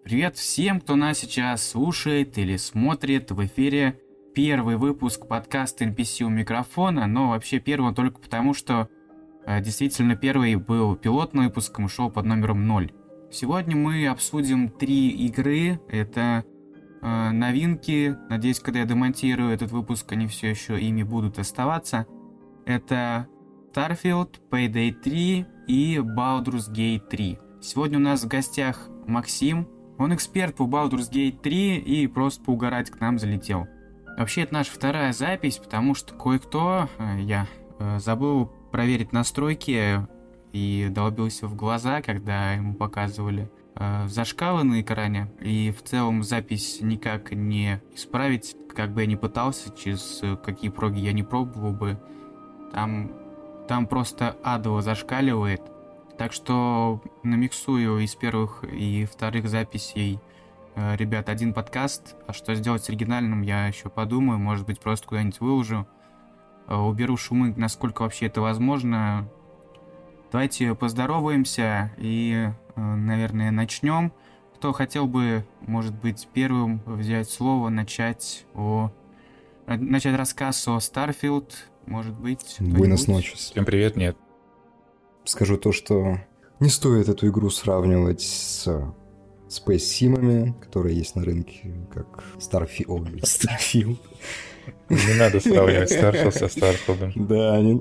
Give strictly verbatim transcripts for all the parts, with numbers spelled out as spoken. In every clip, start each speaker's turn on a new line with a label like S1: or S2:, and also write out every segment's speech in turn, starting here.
S1: Привет всем, кто нас сейчас слушает или смотрит. В эфире первый выпуск подкаста эн пи си у микрофона, но вообще первый только потому, что э, действительно первый был пилотным выпуском и шел под номером ноль. Сегодня мы обсудим три игры. Это э, новинки. Надеюсь, когда я демонтирую этот выпуск, они все еще ими будут оставаться. Это Starfield, Payday три и Baldur's Gate три. Сегодня у нас в гостях Максим. Он эксперт по Baldur's Gate три и просто поугарать к нам залетел. Вообще, это наша вторая запись, потому что кое-кто, я забыл проверить настройки и долбился в глаза, когда ему показывали зашкалы на экране. И в целом запись никак не исправить, как бы я ни пытался, через какие проги я не пробовал бы. Там, там просто адово зашкаливает. Так что намиксую из первых и вторых записей, э, ребят, один подкаст. А что сделать с оригинальным, я еще подумаю. Может быть, просто куда-нибудь выложу. Э, уберу шумы, насколько вообще это возможно. Давайте поздороваемся и, э, наверное, начнем. Кто хотел бы, может быть, первым взять слово, начать, о... начать рассказ о Starfield, может быть.
S2: Буэнос ночес.
S3: Всем привет, нет.
S2: Скажу то, что не стоит эту игру сравнивать с Space Sim'ами, которые есть на рынке, как Starfield. Starfield.
S3: Не надо сравнивать Starfield со Starfield.
S2: Да, не...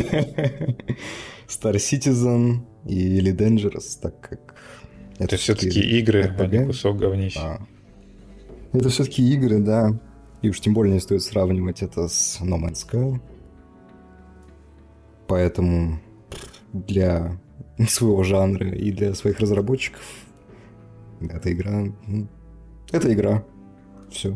S2: Star Citizen или Dangerous, так как...
S3: Это, это все-таки игры, а не кусок говнища. А.
S2: Это все-таки игры, да. И уж тем более не стоит сравнивать это с No Man's Sky. Поэтому... для своего жанра и для своих разработчиков эта игра... Это игра. Все.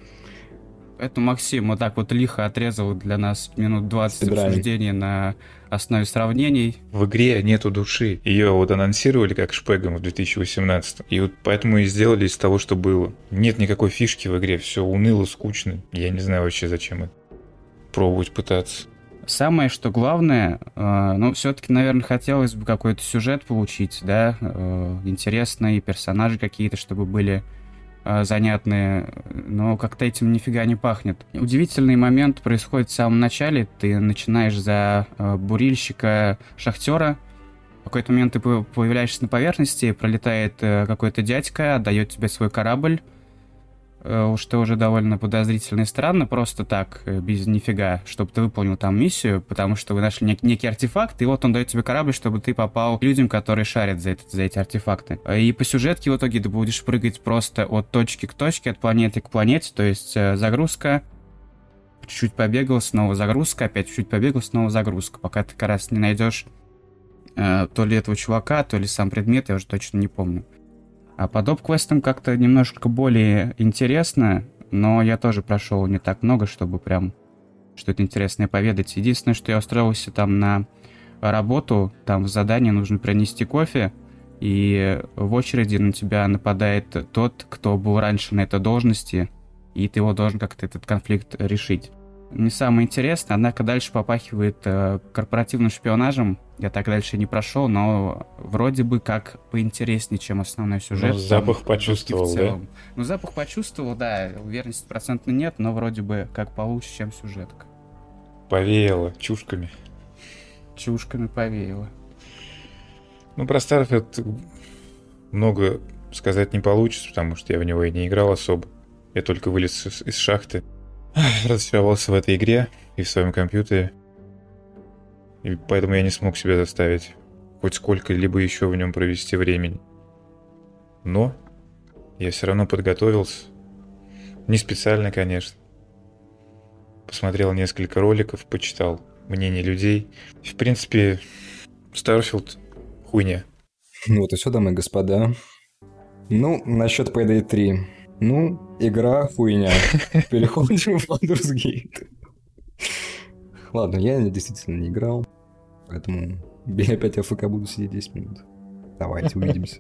S1: Это Максим вот так вот лихо отрезал для нас минут двадцать обсуждений на основе сравнений.
S3: В игре нету души. Ее вот анонсировали как шпегом в две тысячи восемнадцатом. И вот поэтому и сделали из того, что было. Нет никакой фишки в игре. Все уныло, скучно. Я не знаю вообще, зачем это пробовать пытаться.
S1: Самое, что главное, э, ну, все-таки, наверное, хотелось бы какой-то сюжет получить, да, э, интересные персонажи какие-то, чтобы были э, занятные, но как-то этим нифига не пахнет. Удивительный момент происходит в самом начале, ты начинаешь за э, бурильщика-шахтера, в какой-то момент ты появляешься на поверхности, пролетает э, какой-то дядька, отдает тебе свой корабль, что уже довольно подозрительно и странно, просто так, без нифига, чтобы ты выполнил там миссию, потому что вы нашли нек- некий артефакт, и вот он дает тебе корабль, чтобы ты попал к людям, которые шарят за, этот, за эти артефакты. И по сюжетке в итоге ты будешь прыгать просто от точки к точке, от планеты к планете, то есть загрузка, чуть-чуть побегал, снова загрузка, опять чуть-чуть побегал, снова загрузка, пока ты как раз не найдешь э, то ли этого чувака, то ли сам предмет, я уже точно не помню. А по доп-квестам как-то немножко более интересно, но я тоже прошел не так много, чтобы прям что-то интересное поведать. Единственное, что я устроился там на работу, там в задании нужно принести кофе, и в очереди на тебя нападает тот, кто был раньше на этой должности, и ты его должен как-то этот конфликт решить. Не самое интересное, однако дальше попахивает э, корпоративным шпионажем. Я так дальше не прошел, но вроде бы как поинтереснее, чем основной сюжет.
S3: Ну, запах там, почувствовал, да?
S1: Ну, запах почувствовал, да. Уверенности процентно нет, но вроде бы как получше, чем сюжетка.
S3: Повеяло чушками.
S1: Чушками повеяло.
S3: Ну, про Starfield много сказать не получится, потому что я в него и не играл особо. Я только вылез из, из шахты. Разочаровался в этой игре и в своем компьютере. И поэтому я не смог себя заставить хоть сколько-либо еще в нем провести времени. Но я все равно подготовился. Не специально, конечно. Посмотрел несколько роликов, почитал мнение людей. В принципе, Starfield хуйня.
S2: Ну вот и все, дамы и господа. Ну, насчет Payday три. Ну, игра хуйня. Переходим в Baldur's Gate. Ладно, я действительно не играл, поэтому я опять АФК буду сидеть десять минут. Давайте увидимся.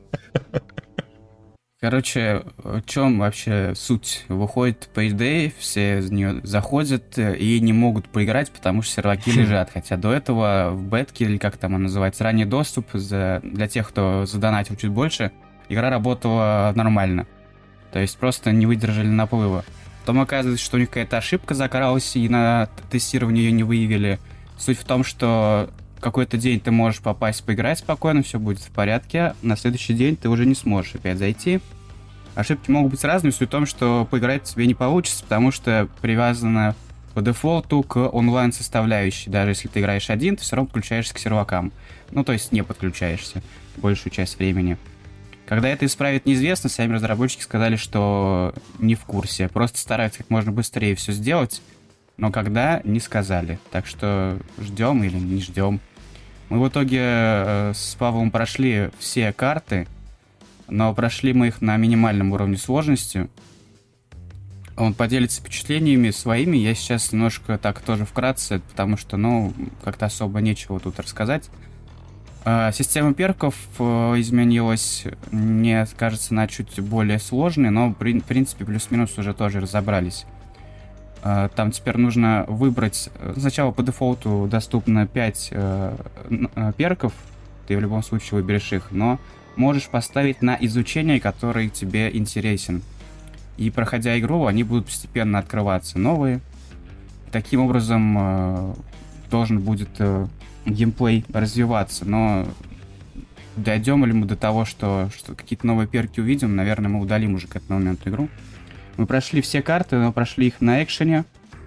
S1: Короче, в чем вообще суть? Выходит Payday, все из нее заходят и не могут поиграть, потому что серваки лежат. Хотя до этого в бетке, или как там она называется, ранний доступ за, для тех, кто задонатил чуть больше, игра работала нормально. То есть просто не выдержали наплыва. Потом оказывается, что у них какая-то ошибка закралась, и на тестировании ее не выявили. Суть в том, что какой-то день ты можешь попасть поиграть спокойно, все будет в порядке, на следующий день ты уже не сможешь опять зайти. Ошибки могут быть разными, суть в том, что поиграть тебе не получится, потому что привязано по дефолту к онлайн-составляющей. Даже если ты играешь один, ты все равно подключаешься к сервакам. Ну, то есть не подключаешься большую часть времени. Когда это исправить неизвестно, сами разработчики сказали, что не в курсе. Просто стараются как можно быстрее все сделать, но когда, не сказали. Так что ждем или не ждем. Мы в итоге э, с Павлом прошли все карты, но прошли мы их на минимальном уровне сложности. Он поделится впечатлениями своими. Я сейчас немножко так тоже вкратце, потому что, ну, как-то особо нечего тут рассказать. Система перков изменилась, мне кажется, на чуть более сложной, но, в принципе, плюс-минус уже тоже разобрались. Там теперь нужно выбрать... Сначала по дефолту доступно пять перков, ты в любом случае выберешь их, но можешь поставить на изучение, который тебе интересен. И, проходя игру, они будут постепенно открываться новые. Таким образом, должен будет... геймплей развиваться, но дойдем ли мы до того, что, что какие-то новые перки увидим, наверное, мы удалим уже к этому моменту игру. Мы прошли все карты, но прошли их на экшене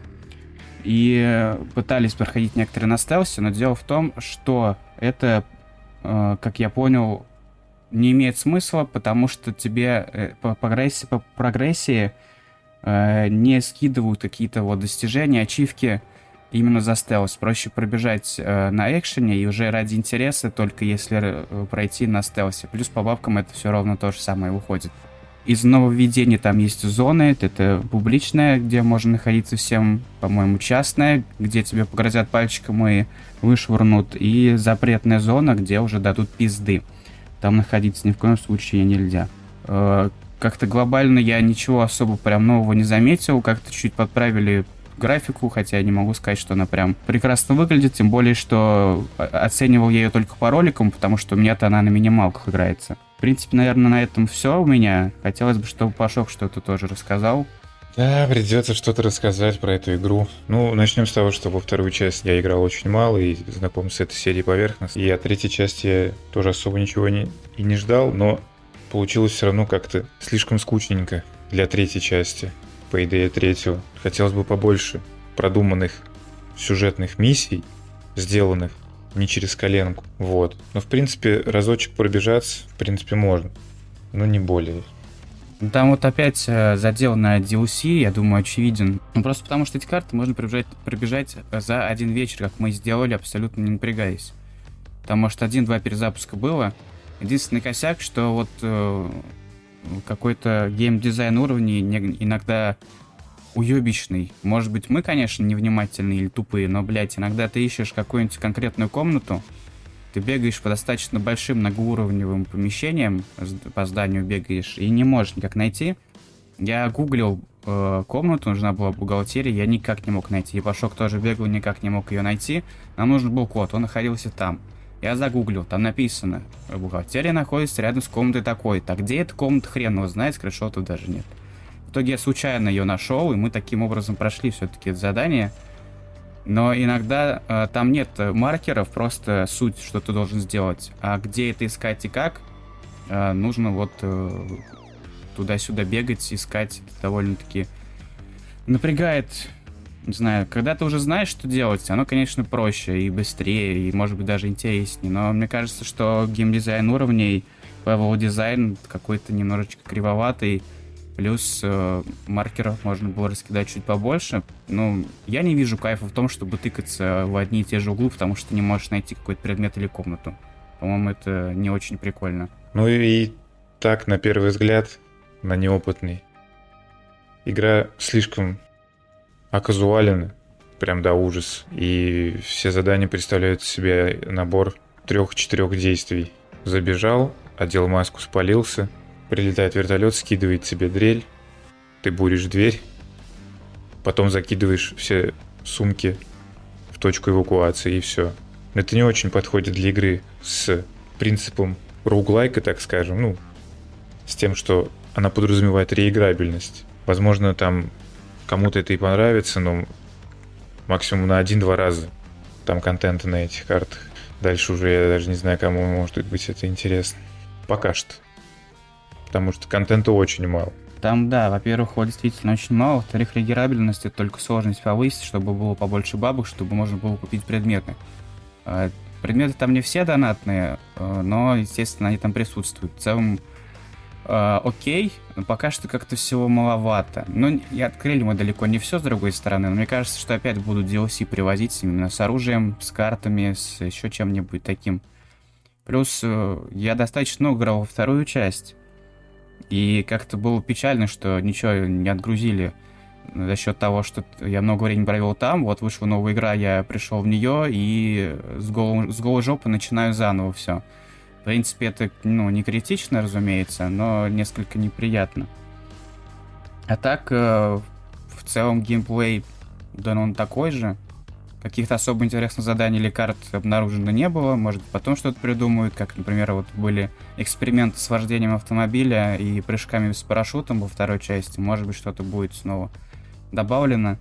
S1: и пытались проходить некоторые на стелсе, но дело в том, что это, э, как я понял, не имеет смысла, потому что тебе э, по, прогрессии, по прогрессии э, не скидывают какие-то вот достижения, ачивки именно за стелс. Проще пробежать э, на экшене и уже ради интереса, только если э, пройти на стелсе. Плюс по бабкам это все равно то же самое выходит. Из нововведений там есть зоны, это публичная, где можно находиться всем, по-моему, частная, где тебе погрозят пальчиком и вышвырнут, и запретная зона, где уже дадут пизды. Там находиться ни в коем случае нельзя. Э, как-то глобально я ничего особо прям нового не заметил, как-то чуть подправили графику, хотя я не могу сказать, что она прям прекрасно выглядит, тем более, что оценивал я ее только по роликам, потому что у меня-то она на минималках играется. В принципе, наверное, на этом все у меня. Хотелось бы, чтобы Пашок что-то тоже рассказал.
S3: Да, придется что-то рассказать про эту игру. Ну, начнем с того, что во вторую часть я играл очень мало и знаком с этой серией поверхностно. И от третьей части я тоже особо ничего не, и не ждал, но получилось все равно как-то слишком скучненько для третьей части. По идее третьего. Хотелось бы побольше продуманных сюжетных миссий, сделанных не через коленку. Вот. Но, в принципе, разочек пробежаться, в принципе, можно. Но не более.
S1: Там вот опять э, задел на ди эл си, я думаю, очевиден. Ну, просто потому что эти карты можно пробежать, пробежать за один вечер, как мы сделали, абсолютно не напрягаясь. Там, может, один-два перезапуска было. Единственный косяк, что вот... Э, какой-то геймдизайн уровней иногда уебищный. Может быть, мы, конечно, невнимательные или тупые, но, блядь, иногда ты ищешь какую-нибудь конкретную комнату, ты бегаешь по достаточно большим многоуровневым помещениям, по зданию бегаешь, и не можешь никак найти. Я гуглил э, комнату, нужна была бухгалтерия, я никак не мог найти. И Пашок тоже бегал, никак не мог ее найти. Нам нужен был код, он находился там. Я загуглил, там написано, бухгалтерия находится рядом с комнатой такой-то. А где эта комната, хрен его знает, скриншотов даже нет. В итоге я случайно ее нашел, и мы таким образом прошли все-таки это задание. Но иногда э, там нет маркеров, просто суть, что ты должен сделать. А где это искать и как, э, нужно вот э, туда-сюда бегать, искать. Это довольно-таки напрягает. Не знаю, когда ты уже знаешь, что делать, оно, конечно, проще и быстрее, и, может быть, даже интереснее. Но мне кажется, что геймдизайн уровней, левел-дизайн какой-то немножечко кривоватый. Плюс э, маркеров можно было раскидать чуть побольше. Ну, я не вижу кайфа в том, чтобы тыкаться в одни и те же углы, потому что ты не можешь найти какой-то предмет или комнату. По-моему, это не очень прикольно.
S3: Ну и так, на первый взгляд, на неопытный. Игра слишком... оказуален, прям до ужаса. И все задания представляют из себя набор трех-четырех действий. Забежал, одел маску, спалился, прилетает вертолет, скидывает тебе дрель, ты буришь дверь, потом закидываешь все сумки в точку эвакуации, и все. Это не очень подходит для игры с принципом роуглайка, так скажем, ну, с тем, что она подразумевает реиграбельность. Возможно, там кому-то это и понравится, но максимум на один-два раза там контента на этих картах. Дальше уже я даже не знаю, кому может быть это интересно. Пока что. Потому что контента очень мало.
S1: Там, да, во-первых, его действительно очень мало, во-вторых, реиграбельность — это только сложность повысить, чтобы было побольше бабок, чтобы можно было купить предметы. Предметы там не все донатные, но, естественно, они там присутствуют. В целом, окей, но пока что как-то всего маловато. Но и открыли мы далеко не все, с другой стороны, но мне кажется, что опять будут ди эл си привозить именно с оружием, с картами, с еще чем-нибудь таким. Плюс я достаточно много играл во вторую часть, и как-то было печально, что ничего не отгрузили за счет того, что я много времени провел там. Вот вышла новая игра, я пришел в нее и с, гол... с голой жопы начинаю заново все. В принципе, это, ну, не критично, разумеется, но несколько неприятно. А так, э, в целом геймплей, да, он такой же. Каких-то особо интересных заданий или карт обнаружено не было. Может, потом что-то придумают, как, например, вот были эксперименты с вождением автомобиля и прыжками с парашютом во второй части. Может быть, что-то будет снова добавлено.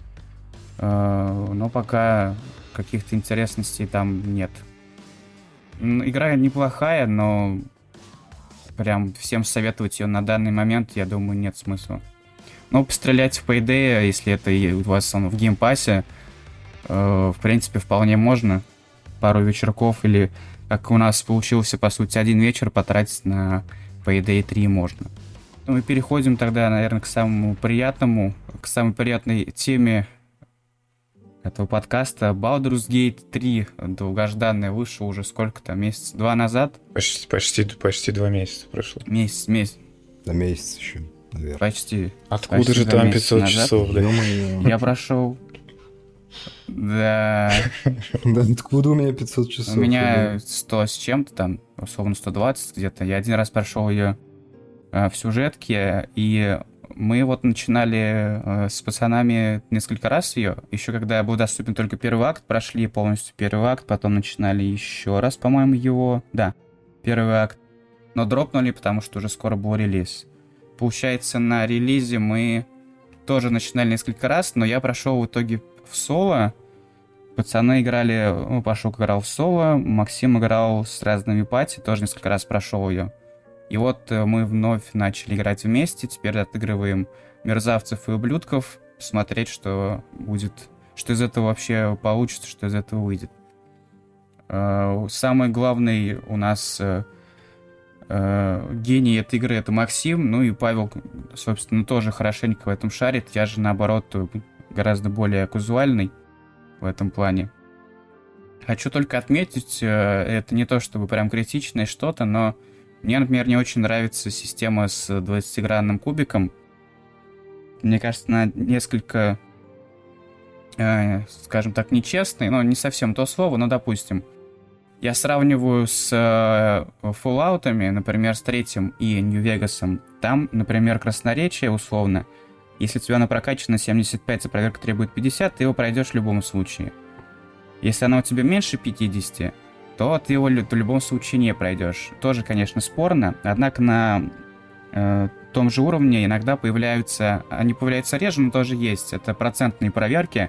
S1: Но пока каких-то интересностей там нет. Игра неплохая, но прям всем советовать ее на данный момент, я думаю, нет смысла. Но пострелять в Payday, если это у вас в геймпассе, в принципе, вполне можно. Пару вечерков или, как у нас получился, по сути, один вечер потратить на Payday три можно. Ну и переходим тогда, наверное, к самому приятному, к самой приятной теме этого подкаста. Baldur's Gate три, долгожданная, вышел уже сколько-то, месяца два назад?
S3: Почти, почти, почти два месяца прошло.
S1: Месяц, месяц.
S2: Да, месяц еще, наверное.
S1: Почти.
S3: Откуда
S1: почти
S3: же там пятьсот назад. Часов, да?
S1: Я прошел... Да.
S2: Да откуда у меня пятьсот часов?
S1: У меня сто с чем-то там, условно сто двадцать где-то. Я один раз прошел ее э, в сюжетке, и мы вот начинали э, с пацанами несколько раз ее. Еще когда был доступен только первый акт, прошли полностью первый акт, потом начинали еще раз, по-моему, его. Да, первый акт. Но дропнули, потому что уже скоро был релиз. Получается, на релизе мы тоже начинали несколько раз, но я прошел в итоге в соло. Пацаны играли, ну, Пашок играл в соло, Максим играл с разными пати, тоже несколько раз прошел ее. И вот мы вновь начали играть вместе, теперь отыгрываем мерзавцев и ублюдков, смотреть, что будет, что из этого вообще получится, что из этого выйдет. Самый главный у нас гений этой игры — это Максим, ну и Павел, собственно, тоже хорошенько в этом шарит. Я же, наоборот, гораздо более казуальный в этом плане. Хочу только отметить, это не то чтобы прям критичное что-то, но мне, например, не очень нравится система с двадцатигранным кубиком. Мне кажется, она несколько, э, скажем так, нечестной, но не совсем то слово, но допустим. Я сравниваю с э, Fallout'ами, например, с третьим и Нью-Вегасом. Там, например, красноречие условно. Если у тебя на прокачано семьдесят пять, а проверка требует пятьдесят, ты его пройдешь в любом случае. Если она у тебя меньше пятидесяти, то ты его в любом случае не пройдешь. Тоже, конечно, спорно, однако на э, том же уровне иногда появляются, они появляются реже, но тоже есть. Это процентные проверки.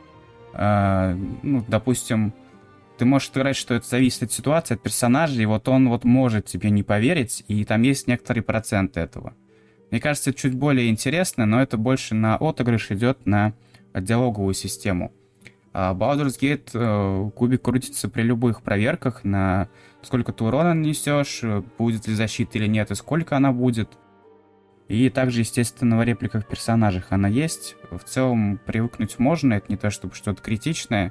S1: Э, ну, допустим, ты можешь играть, что это зависит от ситуации, от персонажа, и вот он вот может тебе не поверить, и там есть некоторые проценты этого. Мне кажется, это чуть более интересно, но это больше на отыгрыш идет на диалоговую систему. А Baldur's Gate э, кубик крутится при любых проверках на сколько ты урона нанесешь, будет ли защита или нет, и сколько она будет. И также, естественно, в репликах персонажей она есть. В целом привыкнуть можно, это не то чтобы что-то критичное.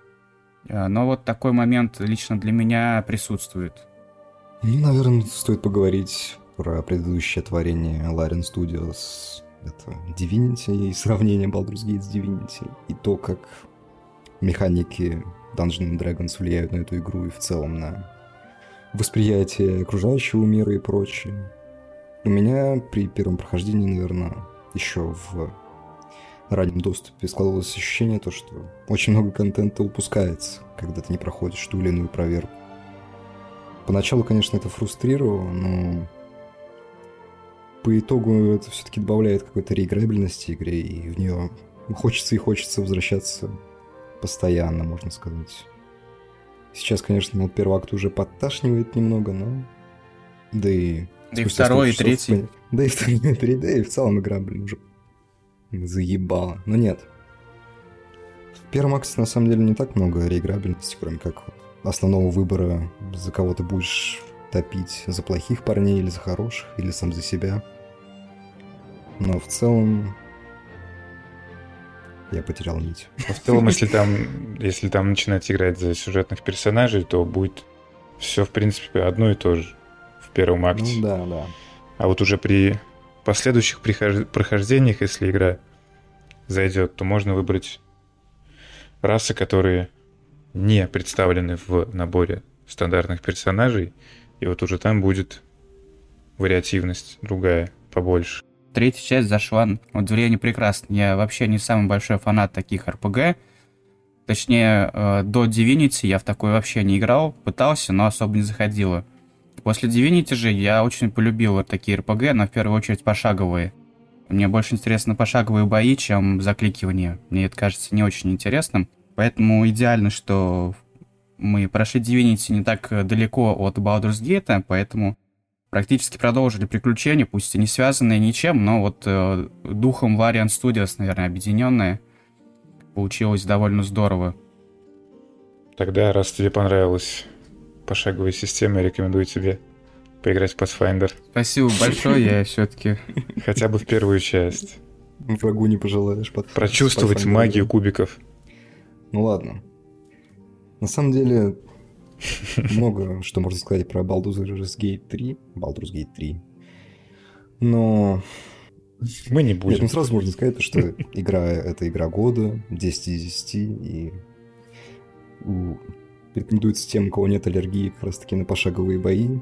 S1: Но вот такой момент лично для меня присутствует.
S2: Ну, наверное, стоит поговорить про предыдущее творение Larian Studios. Это Divinity и сравнение Baldur's Gate с Divinity. И то, как механики Dungeons and Dragons влияют на эту игру и в целом на восприятие окружающего мира и прочее. У меня при первом прохождении, наверное, еще в раннем доступе складывалось ощущение, то, что очень много контента упускается, когда ты не проходишь ту или иную проверку. Поначалу, конечно, это фрустрировало, но по итогу это все-таки добавляет какой-то реиграбельности игре, и в нее хочется и хочется возвращаться постоянно, можно сказать. Сейчас, конечно, от первого акта уже подташнивает немного, но... Да и...
S1: Да и второй, и третий.
S2: Пон... Да и второй, и третий, да и в целом игра, блин, уже заебала. Но нет. В первом акте, на самом деле, не так много реиграбельности, кроме как основного выбора, за кого ты будешь топить, за плохих парней или за хороших, или сам за себя. Но в целом... Я потерял нить.
S3: В целом, если там, если там начинать играть за сюжетных персонажей, то будет все, в принципе, одно и то же в первом акте.
S2: Ну да, да.
S3: А вот уже при последующих прохождениях, если игра зайдет, то можно выбрать расы, которые не представлены в наборе стандартных персонажей, и вот уже там будет вариативность другая, побольше.
S1: Третья часть зашла, вот удивление прекрасно. Я вообще не самый большой фанат таких эр пи джи. Точнее, э, до Divinity я в такой вообще не играл. Пытался, но особо не заходило. После Divinity же я очень полюбил вот такие эр пи джи, но в первую очередь пошаговые. Мне больше интересны пошаговые бои, чем закликивание. Мне это кажется не очень интересным. Поэтому идеально, что мы прошли Divinity не так далеко от Baldur's Gate, поэтому... практически продолжили приключения, пусть и не связанные ничем, но вот э, духом Larian Studios, наверное, объединенные. Получилось довольно здорово.
S3: Тогда, раз тебе понравилась пошаговая система, я рекомендую тебе поиграть в Pathfinder.
S1: Спасибо большое, я все-таки...
S3: Хотя бы в первую часть.
S2: Врагу не пожелаешь. Под...
S3: Прочувствовать магию кубиков.
S2: Ну ладно. На самом деле... Много что можно сказать про Baldur's Gate три. Baldur's Gate три. Но...
S3: Мы не будем.
S2: Нет, ну сразу можно сказать, что игра — это игра года, десять из десяти, и рекомендуется тем, у кого нет аллергии, как раз-таки на пошаговые бои.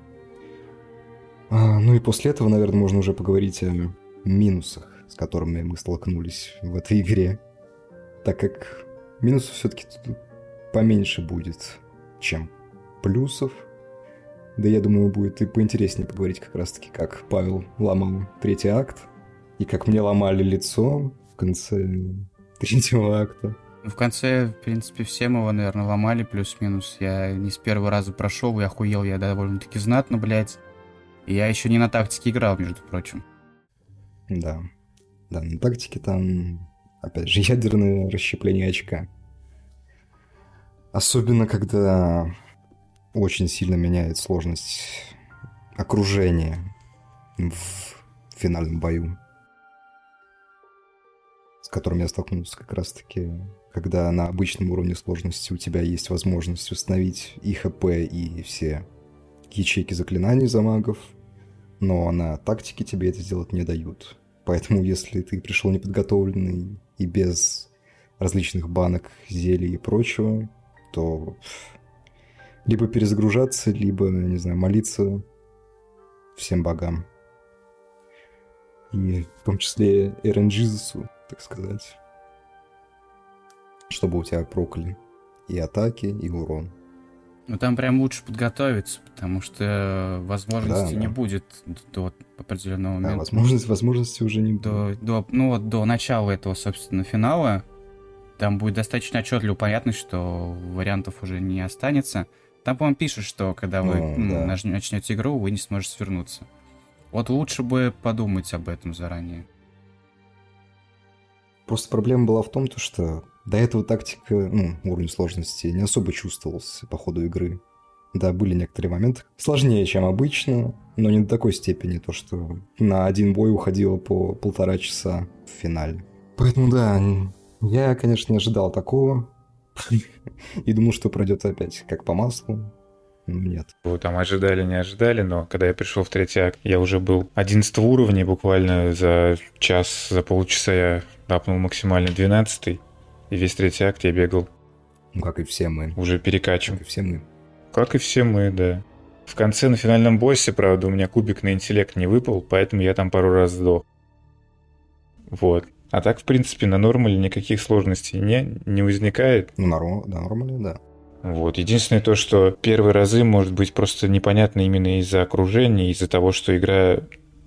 S2: А, ну и после этого, наверное, можно уже поговорить о минусах, с которыми мы столкнулись в этой игре. Так как минусов все-таки тут поменьше будет, чем плюсов. Да, я думаю, будет и поинтереснее поговорить как раз-таки, как Павел ломал третий акт, и как мне ломали лицо в конце третьего акта.
S1: В конце, в принципе, всем его, наверное, ломали плюс-минус. Я не с первого раза прошел, я охуел, я довольно-таки знатно, блядь. И я еще не на тактике играл, между прочим.
S2: Да. Да, на тактике там, опять же, ядерное расщепление очка. Особенно, когда очень сильно меняет сложность окружения в финальном бою, с которым я столкнулся как раз-таки, когда на обычном уровне сложности у тебя есть возможность установить и ХП, и все ячейки заклинаний за магов, но на тактике тебе это сделать не дают. Поэтому, если ты пришел неподготовленный и без различных банок, зелий и прочего, то либо перезагружаться, либо, не знаю, молиться всем богам. И в том числе эр эн джи-засу, так сказать. Чтобы у тебя прокли и атаки, и урон.
S1: Ну там прям лучше подготовиться, потому что возможности
S2: да,
S1: не
S2: да.
S1: будет до определенного момента.
S2: Да, возможности, возможности уже не будет.
S1: До, до, ну вот до начала этого, собственно, финала там будет достаточно отчетливо понятно, что вариантов уже не останется. Там, по-моему, пишут, что когда вы
S2: ну,
S1: ну,
S2: да.
S1: начнете игру, вы не сможете свернуться. Вот лучше бы подумать об этом заранее.
S2: Просто проблема была в том, что до этого тактика, ну, уровень сложности не особо чувствовался по ходу игры. Да, были некоторые моменты сложнее, чем обычно, но не до такой степени, то что на один бой уходило по полтора часа в финале. Поэтому, да, я, конечно, не ожидал такого. И думал, что пройдет опять как по маслу. Но нет.
S3: Там ожидали, не ожидали, но когда я пришел в третий акт, я уже был одиннадцатого уровня, буквально за час, за полчаса я апнул максимально двенадцатый, и весь третий акт я бегал.
S2: Ну, как и все мы.
S3: Уже перекачивал.
S2: Как и все мы.
S3: Как и все мы, да. В конце, на финальном боссе, правда, у меня кубик на интеллект не выпал, поэтому я там пару раз сдох. Вот. А так, в принципе, на нормале никаких сложностей не, не возникает.
S2: Ну, на, на нормале, да.
S3: Вот. Единственное то, что первые разы может быть просто непонятно именно из-за окружения, из-за того, что игра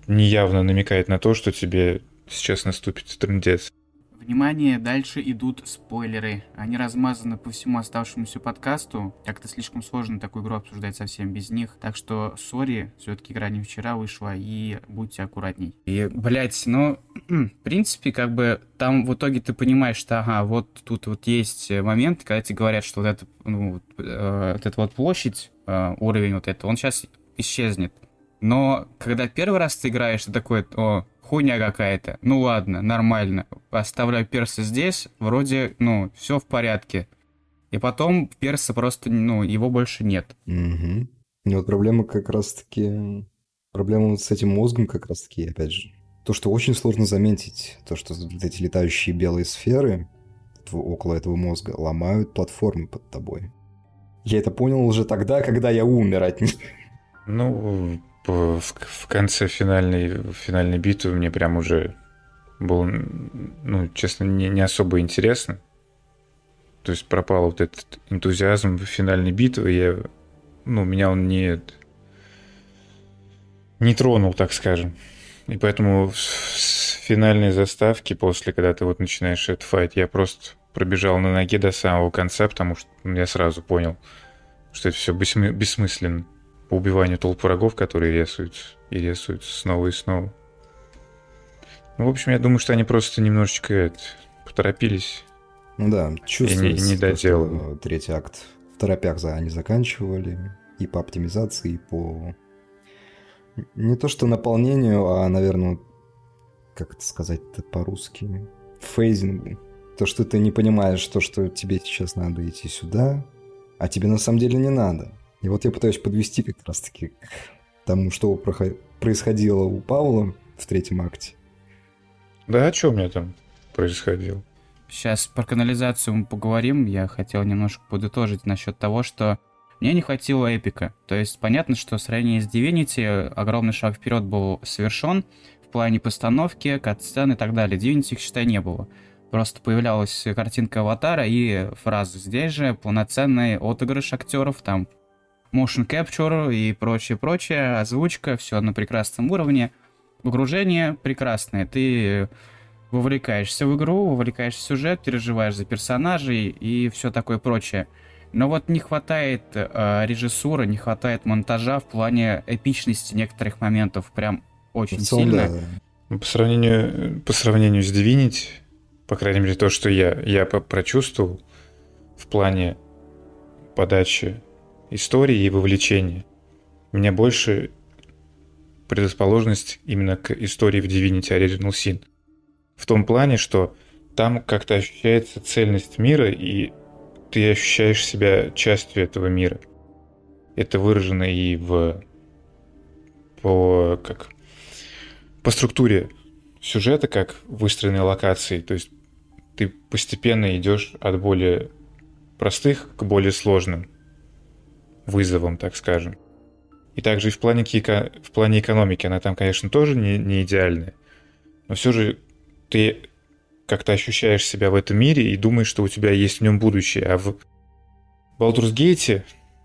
S3: неявно намекает на то, что тебе сейчас наступит трындец.
S1: Внимание, дальше идут спойлеры. Они размазаны по всему оставшемуся подкасту. Как-то слишком сложно такую игру обсуждать совсем без них. Так что, сори, все-таки игра не вчера вышла, и будьте аккуратней. И, блядь, ну, в принципе, как бы там в итоге ты понимаешь, что, ага, вот тут вот есть момент, когда тебе говорят, что вот эта, ну, вот, э, вот эта вот площадь, э, уровень вот этот, он сейчас исчезнет. Но когда первый раз ты играешь, ты такой, о, хуйня какая-то. Ну ладно, нормально. Оставляю перса здесь, вроде, ну, все в порядке. И потом перса просто, ну, его больше нет.
S2: Угу. И вот проблема как раз-таки... Проблема вот с этим мозгом как раз-таки, опять же. То, что очень сложно заметить, то, что вот эти летающие белые сферы около этого мозга ломают платформы под тобой. Я это понял уже тогда, когда я умер от них.
S3: Ну... В, в конце финальной, финальной битвы мне прям уже было, ну, честно, не, не особо интересно. То есть пропал вот этот энтузиазм в финальной битве. Я, ну, меня он не, не тронул, так скажем. И поэтому с финальной заставки, после, когда ты вот начинаешь этот файт, я просто пробежал на ноге до самого конца, потому что я сразу понял, что это все бессмысленно. По убиванию толп врагов, которые рисуются и рисуются снова и снова. Ну, в общем, я думаю, что они просто немножечко это, поторопились.
S2: Ну да, чувствуется,
S3: и не, не доделали.
S2: Что третий акт в торопях за они заканчивали. И по оптимизации, и по... Не то что наполнению, а, наверное, как это сказать-то по-русски? Фейзингу. То, что ты не понимаешь, то, что тебе сейчас надо идти сюда, а тебе на самом деле не надо. И вот я пытаюсь подвести как раз-таки к тому, что происходило у Павла в третьем акте.
S3: Да, а что у меня там происходило?
S1: Сейчас про канализацию мы поговорим. Я хотел немножко подытожить насчет того, что мне не хватило эпика. То есть понятно, что в сравнении с Divinity огромный шаг вперед был совершен в плане постановки, кат-сцен и так далее. Divinity, считай, не было. Просто появлялась картинка аватара и фраза. Здесь же полноценный отыгрыш актеров, там motion capture и прочее-прочее, озвучка, все на прекрасном уровне. Погружение прекрасное. Ты вовлекаешься в игру, вовлекаешься в сюжет, переживаешь за персонажей и все такое прочее. Но вот не хватает э, режиссуры, не хватает монтажа в плане эпичности некоторых моментов. Прям очень
S2: в целом,
S1: сильно.
S2: Да.
S3: По сравнению, по сравнению с Divinity, по крайней мере, то, что я, я прочувствовал в плане подачи истории и вовлечения. У меня больше предрасположенность именно к истории в Divinity Original Sin. В том плане, что там как-то ощущается цельность мира, и ты ощущаешь себя частью этого мира. Это выражено и в по, как, по структуре сюжета, как выстроенной локации. То есть ты постепенно идешь от более простых к более сложным вызовом, так скажем. И также и в плане, в плане экономики она там, конечно, тоже не, не идеальная, но все же ты как-то ощущаешь себя в этом мире и думаешь, что у тебя есть в нем будущее. А в Baldur's Gate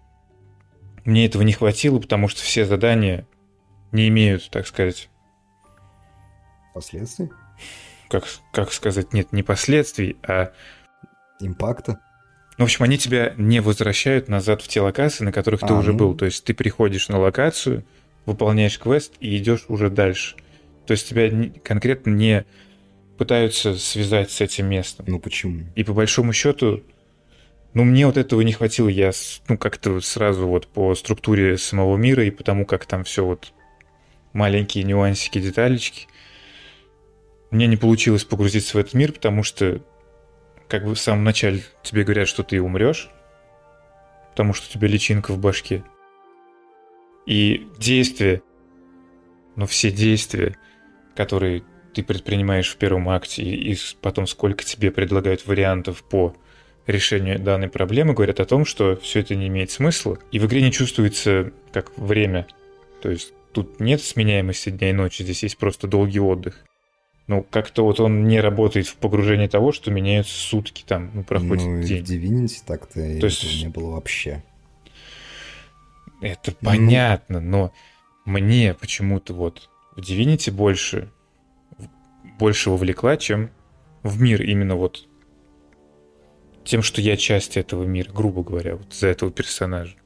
S3: мне этого не хватило, потому что все задания не имеют, так сказать...
S2: Последствий?
S3: Как, как сказать? Нет, не последствий, а...
S2: Импакта?
S3: Ну, в общем, они тебя не возвращают назад в те локации, на которых а, ты уже ну... был. То есть ты приходишь на локацию, выполняешь квест и идешь уже дальше. То есть тебя конкретно не пытаются связать с этим местом.
S2: Ну, почему?
S3: И по большому счету, ну, мне вот этого не хватило. Я, ну, как-то сразу вот по структуре самого мира и потому, как там все вот маленькие нюансики, деталечки, мне не получилось погрузиться в этот мир, потому что как бы в самом начале тебе говорят, что ты умрешь, потому что у тебя личинка в башке. И действия, ну все действия, которые ты предпринимаешь в первом акте, и, и потом сколько тебе предлагают вариантов по решению данной проблемы, говорят о том, что все это не имеет смысла, и в игре не чувствуется как время. То есть тут нет сменяемости дня и ночи, здесь есть просто долгий отдых. Ну, как-то вот он не работает в погружении того, что меняются сутки, там, ну, проходит
S2: ну,
S3: день.
S2: Ну, и в Divinity так-то
S3: То есть...
S2: не было вообще.
S3: Это понятно, но мне почему-то вот в Divinity больше, больше вовлекла, чем в мир именно вот тем, что я часть этого мира, грубо говоря, вот за этого персонажа.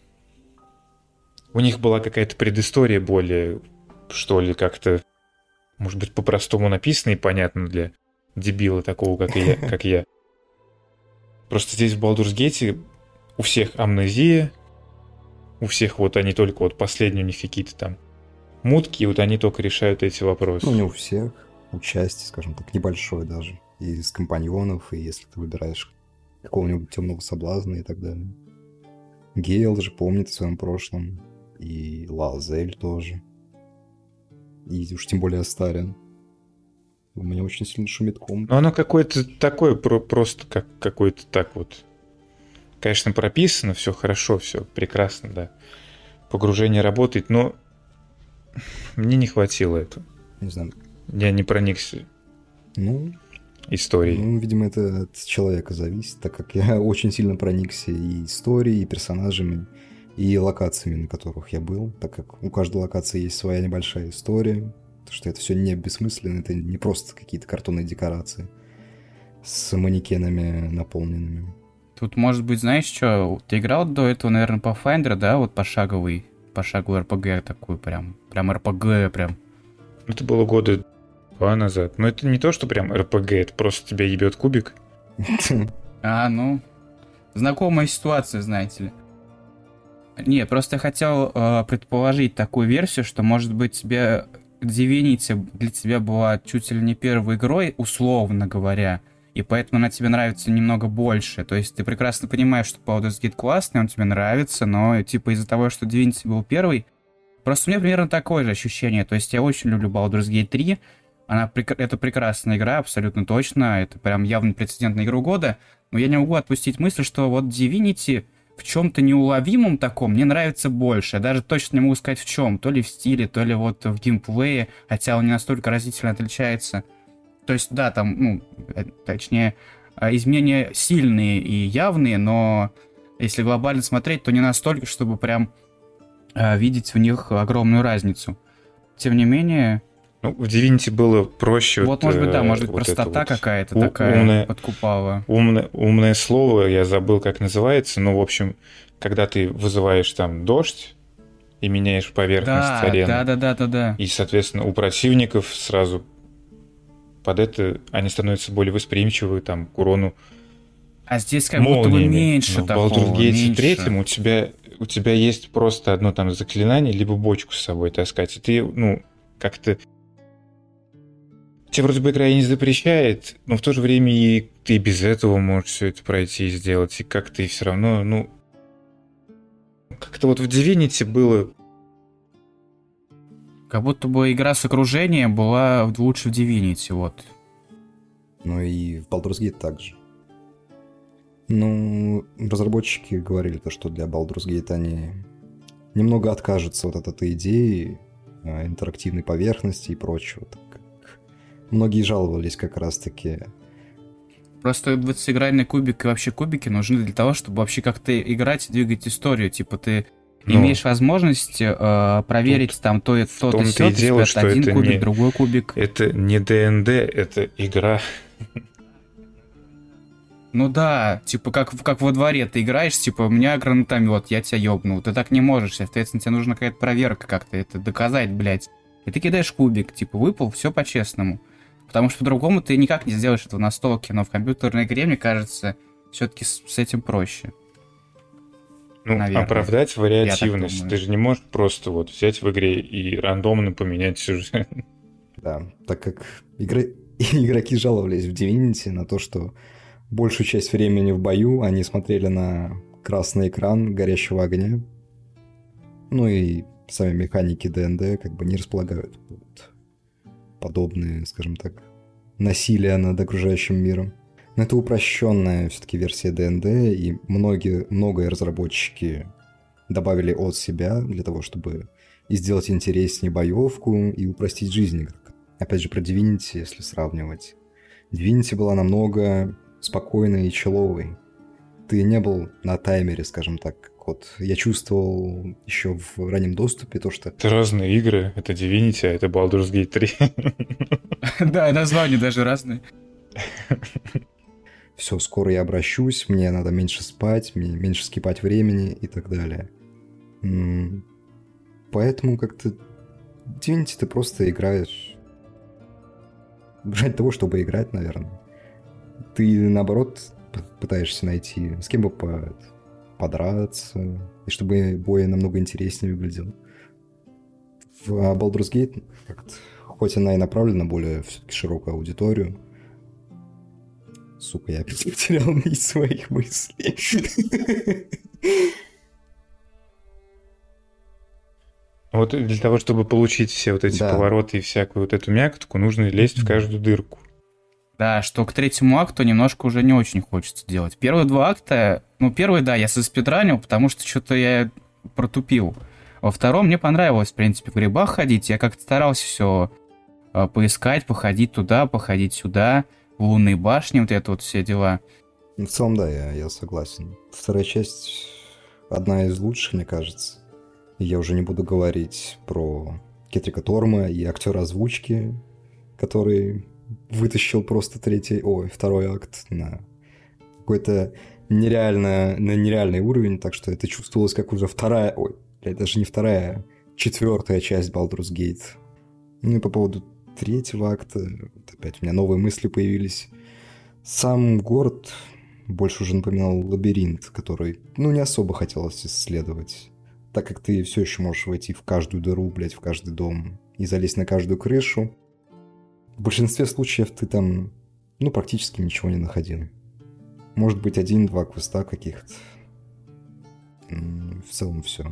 S3: У них была какая-то предыстория более, что ли, как-то, может быть, по-простому написано и понятно для дебила такого, как я, как я. Просто здесь в Baldur's Gate у всех амнезия, у всех вот они только вот последние у них какие-то там мутки, и вот они только решают эти вопросы.
S2: Ну, не у всех, у части, скажем так, небольшой даже, и из компаньонов, и если ты выбираешь какого-нибудь темного соблазна и так далее. Гейл же помнит в своем прошлом, и Лаазель тоже, и уж тем более Астариан. У меня очень сильно шумит комп.
S3: Но оно какое-то такое, про- просто как какое-то так вот. Конечно, прописано, все хорошо, все прекрасно, да. Погружение работает, но мне не хватило этого.
S2: Не знаю.
S3: Я не проникся
S2: Ну,
S3: историей.
S2: ну, видимо, это от человека зависит, так как я очень сильно проникся и историей, и персонажами, и локациями, на которых я был, так как у каждой локации есть своя небольшая история, потому что это все не бессмысленно, это не просто какие-то картонные декорации с манекенами наполненными.
S1: Тут, может быть, знаешь что, ты играл до этого, наверное, Pathfinder, да, вот пошаговый, пошаговый эр пи джи такой прям, прям эр пи джи прям.
S3: Это было года два назад. Но это не то, что прям эр пи джи, это просто тебя ебет кубик.
S1: А, ну, знакомая ситуация, знаете ли. Не, просто я хотел э, предположить такую версию, что, может быть, тебе Divinity для тебя была чуть ли не первой игрой, условно говоря, и поэтому она тебе нравится немного больше. То есть ты прекрасно понимаешь, что Baldur's Gate классный, он тебе нравится, но типа из-за того, что Divinity был первый, просто у меня примерно такое же ощущение. То есть я очень люблю Baldur's Gate три, она, это прекрасная игра, абсолютно точно, это прям явный прецедент на игру года, но я не могу отпустить мысль, что вот Divinity в чем-то неуловимом таком мне нравится больше. Я даже точно не могу сказать в чем. То ли в стиле, то ли вот в геймплее, хотя он не настолько разительно отличается. То есть, да, там, ну, точнее, изменения сильные и явные, но если глобально смотреть, то не настолько, чтобы прям э, видеть в них огромную разницу. Тем не менее...
S3: Ну, в Divinity было проще.
S1: Вот, вот может быть, да, может быть,
S3: вот
S1: простота
S3: вот
S1: какая-то
S3: у-
S1: такая
S3: умная,
S1: подкупала.
S3: Умное, умное слово, я забыл, как называется, но, в общем, когда ты вызываешь там дождь и меняешь поверхность
S1: Да,
S3: арены,
S1: да, да, да, да, да.
S3: и, соответственно, у противников сразу под это они становятся более восприимчивы там, к урону
S1: А здесь как будто бы
S3: молниями.
S1: меньше
S3: Но в
S1: такого,
S3: Baldur's Gate
S1: меньше.
S3: третьем у тебя, у тебя есть просто одно там заклинание, либо бочку с собой таскать, и ты, ну, как-то... Тебе вроде бы игра и не запрещает, но в то же время и ты без этого можешь все это пройти и сделать, и как ты все равно, ну... Как-то вот в Divinity было...
S1: Как будто бы игра с окружением была лучше в Divinity, вот.
S2: Ну и в Baldur's Gate также. Ну, разработчики говорили то, что для Baldur's Gate они немного откажутся вот от этой идеи а, интерактивной поверхности и прочего. Так как многие жаловались как раз-таки.
S1: Просто двадцатиигральный кубик и вообще кубики нужны для того, чтобы вообще как-то играть и двигать историю. Типа ты
S3: Ну,
S1: имеешь возможность э, проверить
S3: тут
S1: там то и то,
S3: том-то
S1: и сё,
S3: и дело, что
S1: один
S3: это
S1: кубик,
S3: не-
S1: другой кубик.
S3: Это не ди энд ди, это игра.
S1: Ну да, типа как, в- как во дворе ты играешь, типа у меня гранатомет, я тебя ёбнул. Ты так не можешь, соответственно, тебе нужна какая-то проверка как-то это доказать, блядь. И ты кидаешь кубик, типа выпал, все по-честному. Потому что по-другому ты никак не сделаешь это в настолке, но в компьютерной игре, мне кажется, все-таки с, с этим проще.
S3: Ну,
S1: Наверное.
S3: оправдать вариативность.
S1: думаю.
S3: Ты же не можешь просто вот взять в игре и рандомно поменять сюжет.
S2: Да, так как игры- игроки жаловались в Divinity на то, что большую часть времени в бою они смотрели на красный экран горящего огня. Ну и сами механики ди энд ди как бы не располагают под подобные, скажем так, насилия над окружающим миром. Но это упрощенная все-таки версия ди энд ди, и многие, многие разработчики добавили от себя для того, чтобы и сделать интереснее боевку и упростить жизнь игрока. Опять же, про Divinity, если сравнивать. Divinity была намного спокойной и человой. Ты не был на таймере, скажем так, как вот я чувствовал еще в раннем доступе то, что...
S3: Это разные игры. Это Divinity, а это Baldur's Gate три.
S1: Да, названия даже разные.
S2: Все, скоро я обращусь, мне надо меньше спать, мне меньше скипать времени и так далее. Поэтому как-то Divinity ты просто играешь ради того, чтобы играть, наверное. Ты, наоборот, пытаешься найти, с кем бы по- подраться, и чтобы бой намного интереснее выглядел. В Baldur's Gate, как-то, хоть она и направлена на более все-таки широкую аудиторию, сука, я опять потерял нить своих мыслей.
S3: Вот для того, чтобы получить все вот эти
S2: Да.
S3: повороты и всякую вот эту мякотку, нужно лезть в каждую дырку.
S1: Да, что к третьему акту немножко уже не очень хочется делать. Первые два акта, ну, первый, да, я заспидранил, потому что что-то я протупил. Во втором мне понравилось, в принципе, в грибах ходить. Я как-то старался все поискать, походить туда, походить сюда, в лунные башни, вот это вот все дела.
S2: Ну, в целом, да, я, я согласен. Вторая часть одна из лучших, мне кажется. И я уже не буду говорить про Кетрика Торма и актера озвучки, который вытащил просто третий, ой, второй акт на какой-то нереально, на нереальный уровень, так что это чувствовалось как уже вторая, ой, блядь, даже не вторая, четвертая часть Baldur's Gate. Ну и по поводу третьего акта, вот опять у меня новые мысли появились. Сам город больше уже напоминал лабиринт, который, ну, не особо хотелось исследовать, так как ты все еще можешь войти в каждую дыру, блядь, в каждый дом и залезть на каждую крышу. В большинстве случаев ты там, ну, практически ничего не находил. Может быть, один-два квеста каких-то. В целом все.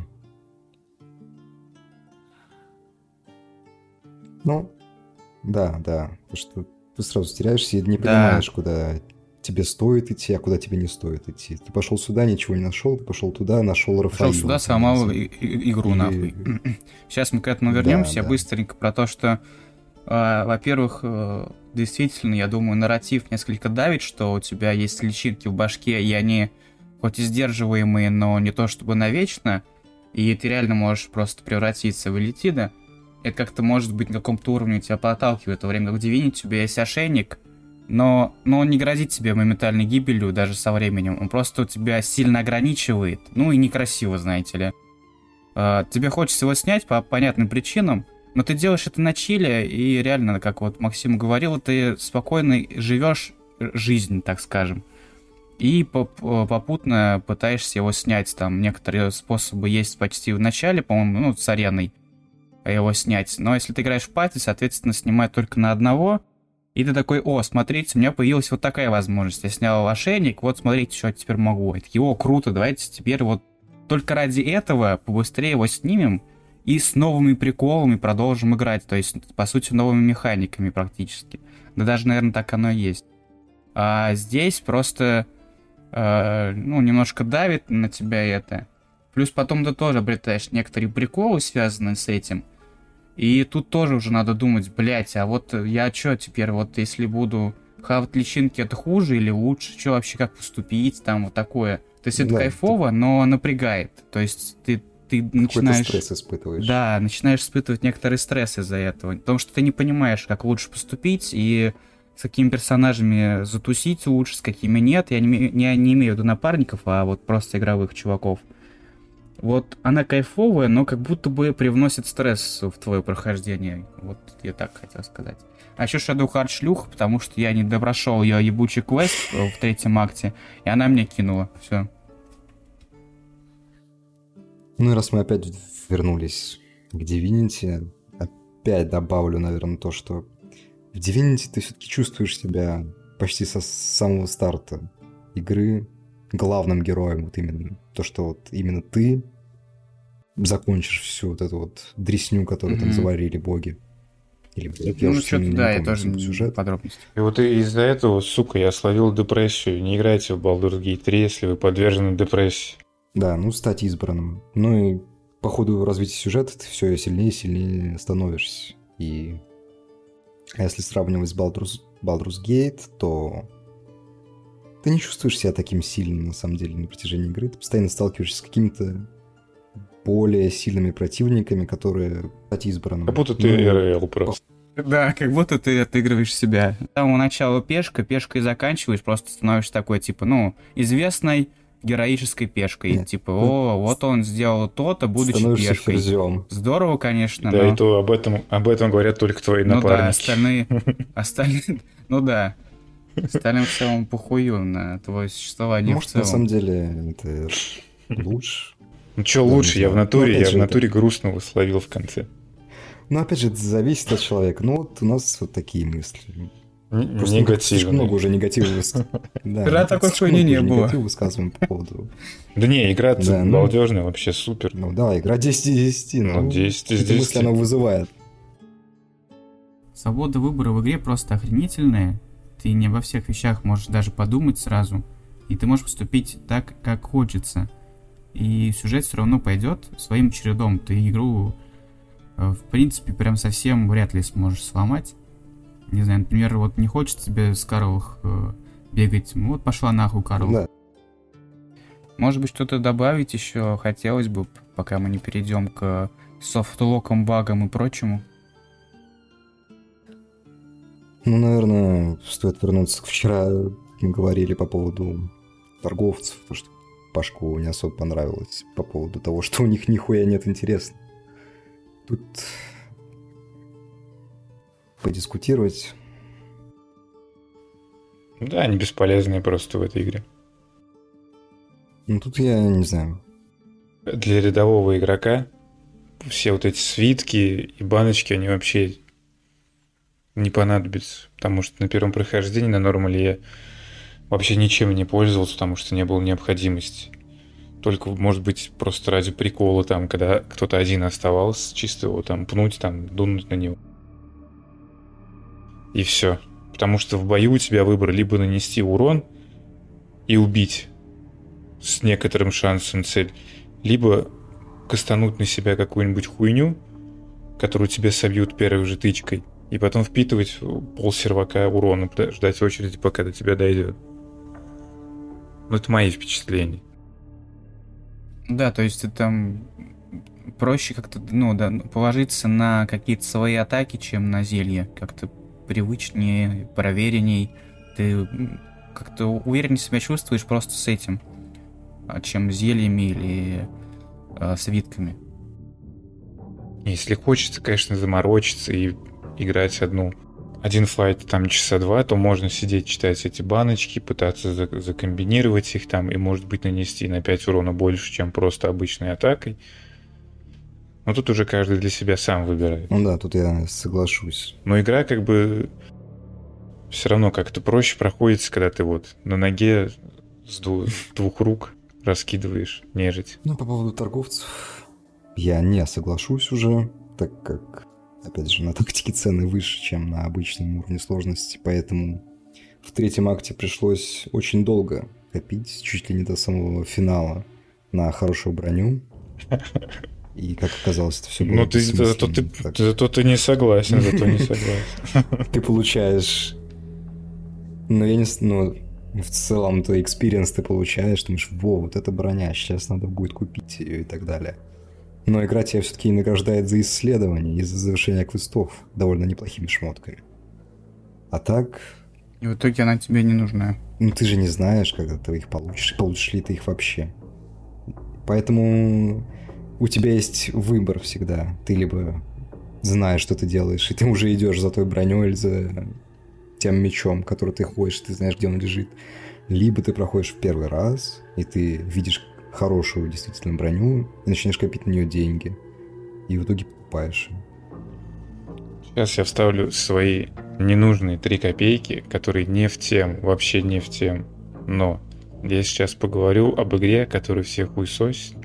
S2: Ну, да, да. Потому что ты сразу теряешься и не понимаешь, да, куда тебе стоит идти, а куда тебе не стоит идти. Ты пошел сюда, ничего не нашел, ты пошел туда, нашел Рафаила.
S1: Пошел сюда, сломал и- и- игру, Или... нахуй. Сейчас мы к этому вернемся. Да, я да. быстренько про то, что, э, во-первых, э, действительно, я думаю, нарратив несколько давит, что у тебя есть личинки в башке, и они хоть и сдерживаемые, но не то чтобы навечно, и ты реально можешь просто превратиться в элитида. Это как-то, может быть, на каком-то уровне тебя подталкивает. Во время как Divinity у тебя есть ошейник, но, но он не грозит тебе моментальной гибелью даже со временем. Он просто у тебя сильно ограничивает. Ну и некрасиво, знаете ли. А, тебе хочется его снять по понятным причинам, но ты делаешь это на чиле, и реально, как вот Максим говорил, ты спокойно живешь жизнь, так скажем. И попутно пытаешься его снять. Там некоторые способы есть почти в начале, по-моему, ну, с ареной его снять. Но если ты играешь в пати, соответственно, снимать только на одного. И ты такой: о, смотрите, у меня появилась вот такая возможность. Я снял ошейник, вот смотрите, что я теперь могу. И такие: о, круто, давайте теперь вот только ради этого побыстрее его снимем и с новыми приколами продолжим играть. То есть, по сути, новыми механиками практически. Да даже, наверное, так оно и есть. А здесь просто, э, ну, немножко давит на тебя это. Плюс потом ты тоже обретаешь некоторые приколы, связанные с этим. И тут тоже уже надо думать: блять, а вот я что теперь, вот если буду хавать личинки, это хуже или лучше? Что вообще, как поступить, там вот такое. То есть это да, кайфово, ты... но напрягает. То есть ты, ты начинаешь...
S2: стресс испытываешь.
S1: Да, начинаешь испытывать некоторый стресс из-за этого. Потому что ты не понимаешь, как лучше поступить и с какими персонажами затусить лучше, с какими нет. Я не, не, не имею в виду напарников, а вот просто игровых чуваков. Вот она кайфовая, но как будто бы привносит стресс в твое прохождение. Вот я так хотел сказать. А еще Shadow Heart шлюха, потому что я не допрошел ее ебучий квест в третьем акте, и она мне кинула. Все.
S2: Ну и раз мы опять вернулись к Divinity, опять добавлю, наверное, то, что в Divinity ты все-таки чувствуешь себя почти со самого старта игры главным героем, вот именно то, что вот именно ты закончишь всю вот эту вот дресню, которую mm-hmm. там заварили боги. Или,
S1: я ну, что-то, да, я тоже сюжет. Подробности.
S3: И вот из-за этого, сука, я словил депрессию. Не играйте в Baldur's Gate три, если вы подвержены депрессии.
S2: Да, ну, стать избранным. Ну и по ходу развития сюжета ты все сильнее и сильнее становишься. И а если сравнивать с Baldur's, Baldur's Gate, то ты не чувствуешь себя таким сильным, на самом деле, на протяжении игры. Ты постоянно сталкиваешься с какими-то более сильными противниками, которые от избранного.
S3: Как будто ты
S2: Ну,
S3: эр эл просто.
S1: Да, как будто ты отыгрываешь себя. С самого начала пешка, пешкой заканчиваешь, просто становишься такой, типа, ну, известной героической пешкой.
S2: Нет,
S1: Типа, о, вот он сделал то-то, будучи
S2: становишься
S1: пешкой.
S2: ферзем.
S1: Здорово, конечно,
S3: Да,
S1: но...
S3: и то об этом, об этом говорят только твои
S1: Ну да,
S3: напарники.
S1: остальные... Остальные... Ну да. Остальным в целом похую на твое существование в
S2: Может, на
S1: целом.
S2: самом деле, это лучше.
S3: Ну что
S2: Да,
S3: лучше,
S2: не
S3: я в
S2: знаю.
S3: натуре,
S2: Ну, опять
S3: я в
S2: же,
S3: натуре грустного словил в конце.
S2: Но опять же, это зависит от человека. Ну вот у нас вот такие мысли.
S3: Н-
S2: Просто мы как-то слишком много
S3: Негативный.
S2: уже негатива высказываем. Да,
S1: Вчера
S2: мы
S1: такой
S2: слишком
S1: хуйни
S2: много
S1: не
S2: уже
S1: было.
S2: негатива высказываем по поводу...
S3: Да не, игра-то
S2: Да, ну.
S3: балдежная, вообще супер.
S2: Ну да, игра десять из десяти.
S3: Ну,
S2: Ну,
S3: десять из
S2: эта мысль
S3: десяти.
S2: она вызывает.
S1: Свобода выбора в игре просто охренительная. Ты не обо всех вещах можешь даже подумать сразу. И ты можешь поступить так, как хочется. И сюжет все равно пойдет своим чередом. Ты игру, э, в принципе, прям совсем вряд ли сможешь сломать. Не знаю, например, вот не хочется тебе с Карлах э, бегать. Ну вот пошла нахуй, Карл.
S2: Да.
S1: Может быть, что-то добавить еще хотелось бы, пока мы не перейдем к софтлокам, багам и прочему.
S2: Ну, наверное, стоит вернуться к вчера. Мы говорили по поводу торговцев, потому что Пашку не особо понравилось по поводу того, что у них нихуя нет интересного. Тут подискутировать.
S3: Да, они бесполезные просто в этой игре.
S2: Ну, тут я не знаю.
S3: Для рядового игрока все вот эти свитки и баночки, они вообще не понадобятся. Потому что на первом прохождении на нормале я вообще ничем не пользовался, потому что не было необходимости. Только, может быть, просто ради прикола, там, когда кто-то один оставался, чисто его там пнуть, там, дунуть на него. И все. Потому что в бою у тебя выбор либо нанести урон и убить с некоторым шансом цель, либо кастануть на себя какую-нибудь хуйню, которую тебе собьют первой же тычкой, и потом впитывать пол сервака урона, ждать очереди, пока до тебя дойдет. Ну, это мои впечатления.
S1: Да, то есть это проще как-то, ну, да, положиться на какие-то свои атаки, чем на зелье. Как-то привычнее, проверенней. Ты как-то увереннее себя чувствуешь просто с этим, чем зельями или э, свитками.
S3: Если хочется, конечно, заморочиться и играть одну один файт там часа два, то можно сидеть, читать эти баночки, пытаться за- закомбинировать их там и, может быть, нанести на пять урона больше, чем просто обычной атакой. Но тут уже каждый для себя сам выбирает.
S2: Ну да, тут я соглашусь.
S3: Но игра как бы все равно как-то проще проходится, когда ты вот на ноге с дву- двух рук раскидываешь нежить.
S2: Ну, по поводу торговцев я не соглашусь уже, так как, опять же, на тактике цены выше, чем на обычном уровне сложности, поэтому в третьем акте пришлось очень долго копить, чуть ли не до самого финала, на хорошую броню. И, как оказалось, это все было
S3: Ну, ты,
S2: бессмысленно.
S3: зато, ты,
S2: Так,
S3: зато ты не согласен, зато не согласен.
S2: ты получаешь... Ну, я не... с- Ну, в целом, то экспириенс ты получаешь, думаешь, во, вот эта броня, сейчас надо будет купить ее и так далее. Но игра тебя все-таки награждает за исследование и за завершение квестов довольно неплохими шмотками. А так,
S1: И в итоге она тебе не нужна.
S2: ну ты же не знаешь, когда ты их получишь, и получишь ли ты их вообще. Поэтому у тебя есть выбор всегда. Ты либо знаешь, что ты делаешь, и ты уже идешь за той броней или за тем мечом, который ты хочешь, ты знаешь, где он лежит. Либо ты проходишь в первый раз, и ты видишь хорошую действительно броню, и начинаешь копить на нее деньги. И в итоге покупаешь.
S3: Сейчас я вставлю свои ненужные три копейки, которые не в тем, вообще не в тем. Но я сейчас поговорю об игре, которая всех хуесосит,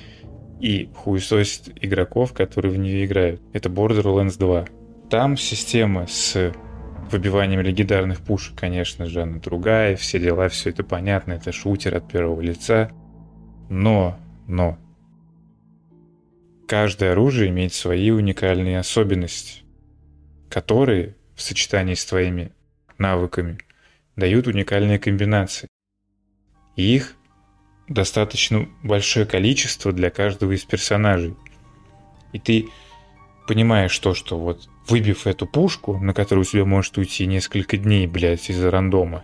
S3: и хуесосит игроков, которые в нее играют. Это Borderlands два. Там система с выбиванием легендарных пушек, конечно же, она другая, все дела, все это понятно, это шутер от первого лица. Но, но, каждое оружие имеет свои уникальные особенности, которые в сочетании с твоими навыками дают уникальные комбинации. И их достаточно большое количество для каждого из персонажей. И ты понимаешь то, что вот выбив эту пушку, на которую у тебя может уйти несколько дней, блядь, из-за рандома,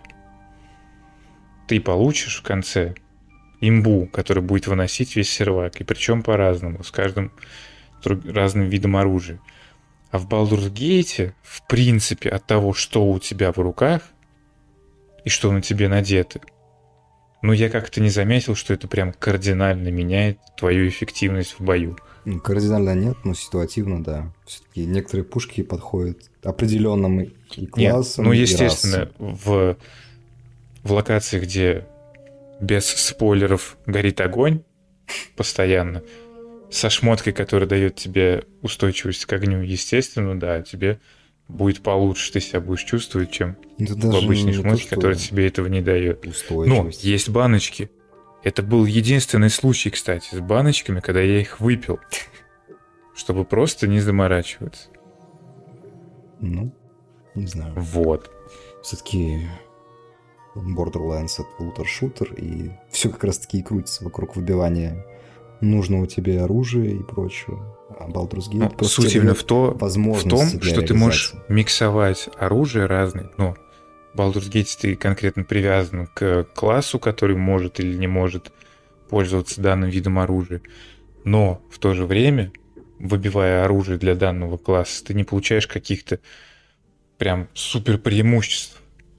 S3: ты получишь в конце имбу, который будет выносить весь сервак. И причем по-разному, с каждым разным видом оружия. А в Baldur's Gate, в принципе, от того, что у тебя в руках и что на тебе надето, ну, я как-то не заметил, что это прям кардинально меняет твою эффективность в бою.
S2: Ну, кардинально нет, но ситуативно, да. Все-таки некоторые пушки подходят определенным и классам,
S3: нет, ну,
S2: и
S3: естественно,
S2: расам.
S3: в, в локации, где без спойлеров горит огонь постоянно, со шмоткой, которая дает тебе устойчивость к огню, естественно, да, тебе будет получше, ты себя будешь чувствовать, чем в обычной шмотке, которая тебе этого не дает. Но есть баночки. Это был единственный случай, кстати, с баночками, когда я их выпил, чтобы просто не заморачиваться.
S2: Ну, не знаю.
S3: Вот.
S2: Все-таки Borderlands — это лутер-шутер, и все как раз-таки и крутится вокруг выбивания нужного тебе оружия и прочего. А Baldur's Gate
S3: ну,
S2: просто
S3: суть именно в, то, в том, что ты можешь миксовать оружие разное, но в Baldur's Gate ты конкретно привязан к классу, который может или не может пользоваться данным видом оружия. Но в то же время, выбивая оружие для данного класса, ты не получаешь каких-то прям супер преимуществ.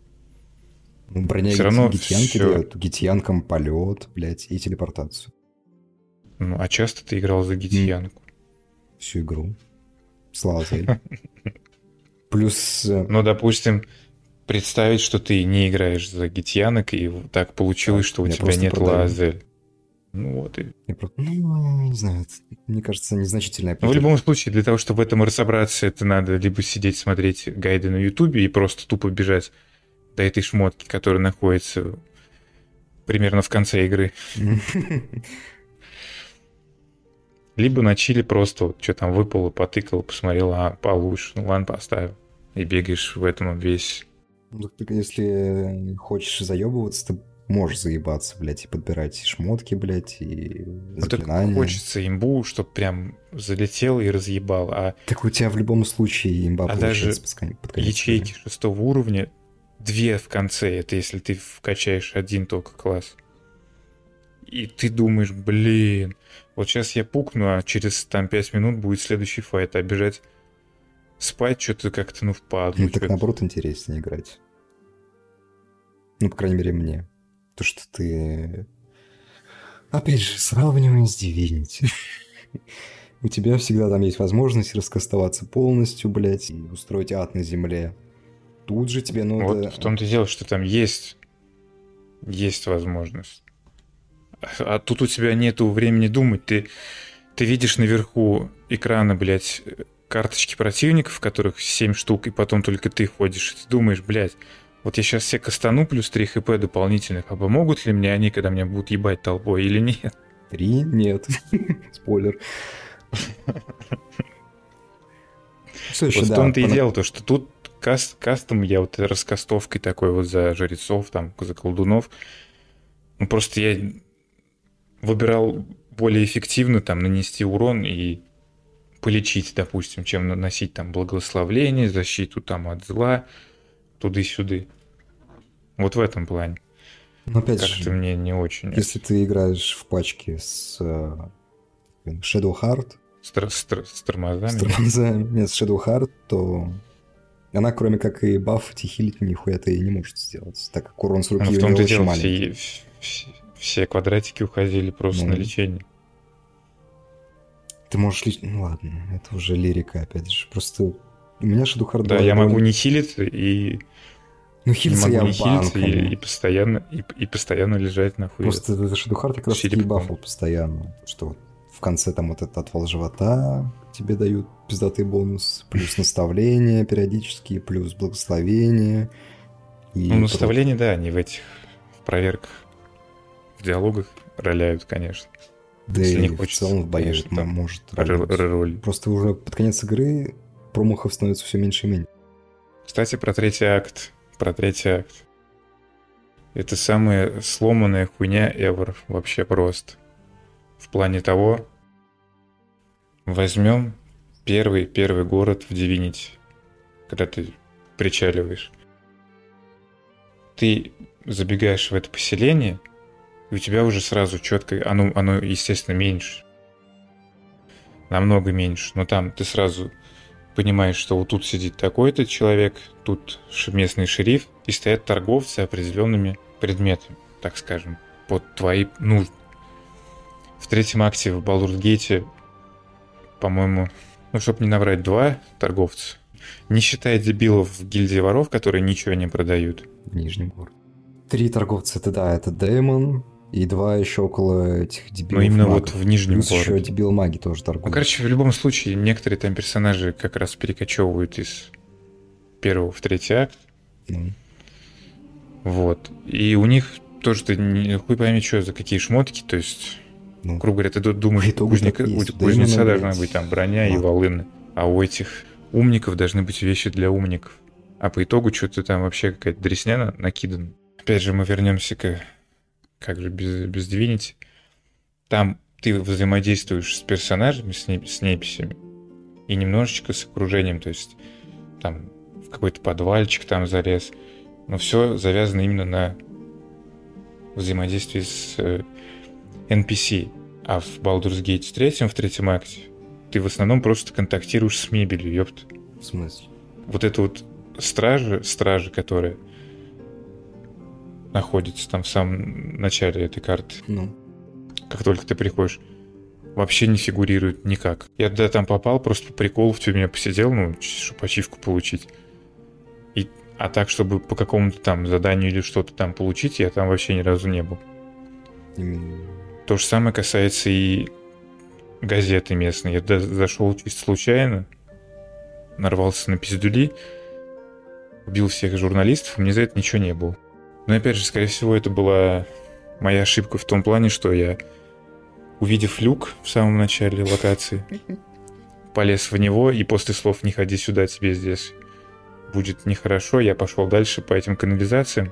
S2: Ну, броня все равно гитьянки все... дает, гитьянкам полет, блядь, и телепортацию.
S3: Ну, а часто ты играл за гитьянку?
S2: Всю игру. Слава Зель. Плюс...
S3: Ну, допустим, представить, что ты не играешь за гитьянок, и так получилось, да, что у тебя нет Лаазель. Ну, вот и...
S2: Я просто... Ну, не знаю, это, мне кажется, незначительная потеря.
S3: Ну, в любом случае, для того, чтобы в этом разобраться, это надо либо сидеть, смотреть гайды на Ютубе и просто тупо бежать до этой шмотки, которая находится примерно в конце игры. Либо на чили просто вот что там выпало, потыкал, посмотрел, а получше, ну ладно, поставил. И бегаешь в этом весь.
S2: Ну, так если хочешь заебываться, ты можешь заебаться, блядь, и подбирать и шмотки, блядь, и заклинания.
S3: Ну, так хочется имбу, чтоб прям залетел и разъебал. А...
S2: Так у тебя в любом случае имба
S3: а
S2: получается
S3: даже под конец, ячейки да? шестого уровня, две в конце, это если ты вкачаешь один только класс. И ты думаешь, блин, вот сейчас я пукну, а через там пять минут будет следующий файт, а бежать спать что-то как-то, ну, впадлу.
S2: Ну, так наоборот интереснее играть. Ну, по крайней мере, мне. То, что ты... Опять же, сравниваем с Divinity. У тебя всегда там есть возможность раскастоваться полностью, блядь, и устроить ад на земле. Тут же тебе надо...
S3: Вот в том-то и дело, что там есть... Есть возможность. А тут у тебя нету времени думать. Ты, ты видишь наверху экрана, блядь, карточки противников, которых семь штук, и потом только ты ходишь. И ты думаешь, блядь, вот я сейчас все кастану плюс три хп дополнительных, а помогут ли мне они, когда меня будут ебать толпой, или нет?
S2: Три? Нет. Спойлер.
S3: Вот в том-то и дело, то, что тут кастом я вот раскастовкой такой вот за жрецов, там, за колдунов, ну просто я... выбирал более эффективно там нанести урон и полечить, допустим, чем наносить там благословление, защиту там от зла, туды-сюды. Вот в этом плане.
S2: Но опять
S3: как-то
S2: же,
S3: мне не очень.
S2: Если ты играешь в пачке с uh, Shadowheart,
S3: с, тр- с, тр- с тормозами,
S2: с тормозами, нет, с Shadowheart, то она, кроме как и баффать и хилить, нихуя-то и не может сделать, так как урон с руки
S3: ну,
S2: у него очень маленький.
S3: Все, все, все квадратики уходили просто ну, на лечение.
S2: Ты можешь лечить... Ну ладно, это уже лирика, опять же. Просто у меня Shadowheart...
S3: Да, я могу не хилиться и...
S2: Ну, хилиться я
S3: не
S2: банком.
S3: И, и, постоянно, и, и постоянно лежать нахуй.
S2: Просто Shadowheart как раз таки баффал постоянно. Что в конце там вот этот отвал живота тебе дают пиздатый бонус, плюс наставления периодические, плюс благословение.
S3: И ну, наставления, потом... да, они в этих в проверках, в диалогах роляют, конечно.
S2: Да и не в целом в бою там может ролить. Просто уже под конец игры промахов становится все меньше и меньше.
S3: Кстати, про третий акт. Про третий акт. Это самая сломанная хуйня ever. Вообще просто. В плане того, возьмем первый, первый город в Divinity, когда ты причаливаешь. Ты забегаешь в это поселение, и у тебя уже сразу четко, оно, оно, естественно, меньше. Намного меньше. Но там ты сразу понимаешь, что вот тут сидит такой-то человек, тут местный шериф, и стоят торговцы определенными предметами, так скажем, под твои нужды. В третьем акте в Baldur's Gate, по-моему, ну, чтобы не наврать, два торговца, не считая дебилов в гильдии воров, которые ничего не продают.
S2: В Нижнем городе. Три торговца, это да, это Дэймон, и два еще около этих дебилов.
S3: Но именно
S2: магов.
S3: вот в Нижнем
S2: Плюс
S3: городе.
S2: еще дебил-маги тоже торгуют.
S3: Ну, короче, в любом случае, некоторые там персонажи как раз перекочевывают из первого в третий акт.
S2: Ну.
S3: Вот. И у них тоже ты не хуй пойми, что за какие шмотки, то есть,
S2: Ну,
S3: грубо говоря, ты думаешь,
S2: по
S3: у
S2: итогу
S3: кузнеца,
S2: так
S3: у
S2: есть.
S3: кузнеца
S2: Дэймона,
S3: должна
S2: блядь.
S3: быть там броня и
S2: Ладно.
S3: волыны, а у этих умников должны быть вещи для умников. А по итогу что-то там вообще какая-то дресня на- накидана. Опять же, мы вернемся к... Как же без, без Divinity. Там ты взаимодействуешь с персонажами, с, не- с неписями, и немножечко с окружением, то есть там в какой-то подвальчик там залез. Но все завязано именно на взаимодействии с э, эн пи си. А в Baldur's Gate третьем, в третьем акте, ты в основном просто контактируешь с мебелью, ёпта.
S2: в смысле?
S3: Вот это вот стражи, стражи, которые находятся там в самом начале этой карты,
S2: Ну,
S3: как только ты приходишь, вообще не фигурируют никак. Я туда там попал, просто по приколу в тюрьме посидел, ну, чтобы ачивку получить. И, а так, чтобы по какому-то там заданию или что-то там получить, я там вообще ни разу не был.
S2: именно.
S3: То же самое касается и газеты местной. Я туда зашел чисто случайно, нарвался на пиздюли, убил всех журналистов, и мне за это ничего не было. Но опять же, скорее всего, это была моя ошибка в том плане, что я, увидев люк в самом начале локации, полез в него, и после слов «не ходи сюда, тебе здесь будет нехорошо», я пошел дальше по этим канализациям,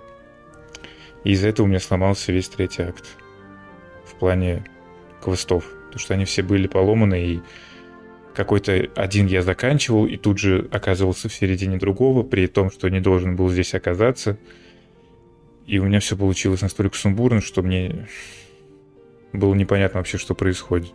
S3: и из-за этого у меня сломался весь третий акт в плане квестов, потому что они все были поломаны, и какой-то один я заканчивал, и тут же оказывался в середине другого, при том, что не должен был здесь оказаться. И у меня все получилось настолько сумбурно, что мне было непонятно вообще, что происходит.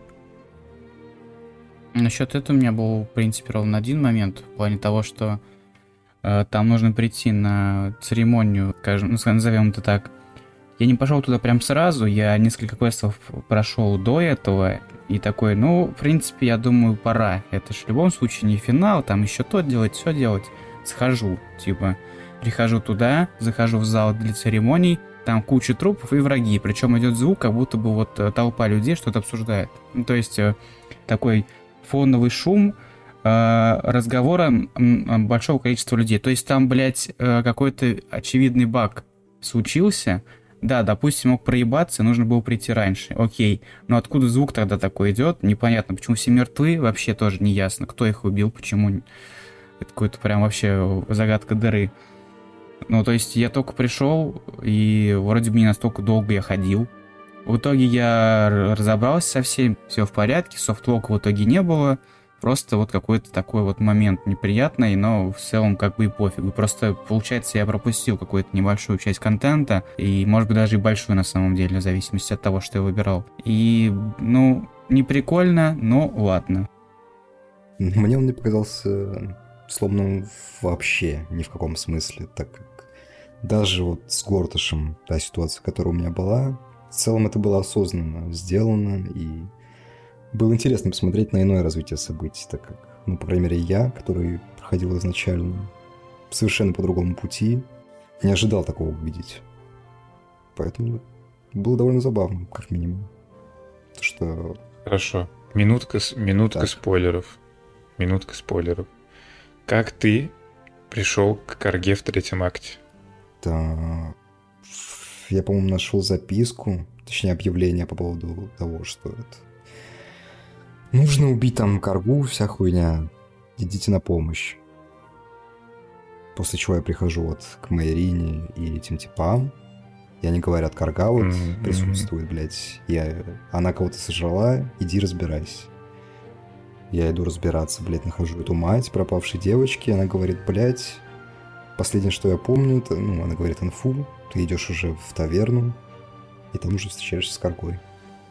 S1: Насчет этого у меня был, в принципе, ровно один момент, в плане того, что э, там нужно прийти на церемонию, скажем, ну, назовем это так. Я не пошел туда прям сразу, я несколько квестов прошел до этого, и такой, ну, в принципе, я думаю, пора. Это ж в любом случае не финал, там еще то делать, все делать. Схожу, типа, прихожу туда, захожу в зал для церемоний, там куча трупов и враги, причем идет звук, как будто бы вот э, толпа людей что-то обсуждает. Ну, то есть э, такой фоновый шум э, разговора м, большого количества людей. То есть там, блядь, э, какой-то очевидный баг случился. Да, допустим, мог проебаться, нужно было прийти раньше. Окей. Но откуда звук тогда такой идет? Непонятно. Почему все мертвы? Вообще тоже не ясно. Кто их убил? Почему? Это какой-то прям вообще загадка дыры. Ну, то есть я только пришел, и вроде бы не настолько долго я ходил. В итоге я разобрался со всем, все в порядке, софтлока в итоге не было. Просто вот какой-то такой вот момент неприятный, но в целом как бы и пофигу. Просто, получается, я пропустил какую-то небольшую часть контента, и, может быть, даже и большую на самом деле, в зависимости от того, что я выбирал. И, ну, не прикольно, но ладно.
S2: Мне он не показался сломанным вообще ни в каком смысле, так как даже вот с Гортышем, та ситуация, которая у меня была, в целом это было осознанно сделано, и было интересно посмотреть на иное развитие событий, так как, ну, по крайней мере, я, который проходил изначально совершенно по другому пути, не ожидал такого увидеть. Поэтому было довольно забавно, как минимум. То, что...
S3: Хорошо. Минутка, минутка
S2: Так.
S3: спойлеров. Минутка спойлеров. Как ты пришел к Карге в третьем акте?
S2: Да, я, по-моему, нашел записку, точнее, объявление по поводу того, что это... Нужно убить там Каргу, вся хуйня. Идите на помощь. После чего я прихожу вот к Майрине и этим типам. И они говорят, карга вот
S3: Mm-hmm.
S2: присутствует, блядь. Я... Она кого-то сожрала, иди разбирайся. Я иду разбираться, блядь, нахожу эту мать пропавшей девочки. Она говорит, блядь, последнее, что я помню, это, ну, она говорит, инфу, ты идешь уже в таверну, и там уже встречаешься с каргой.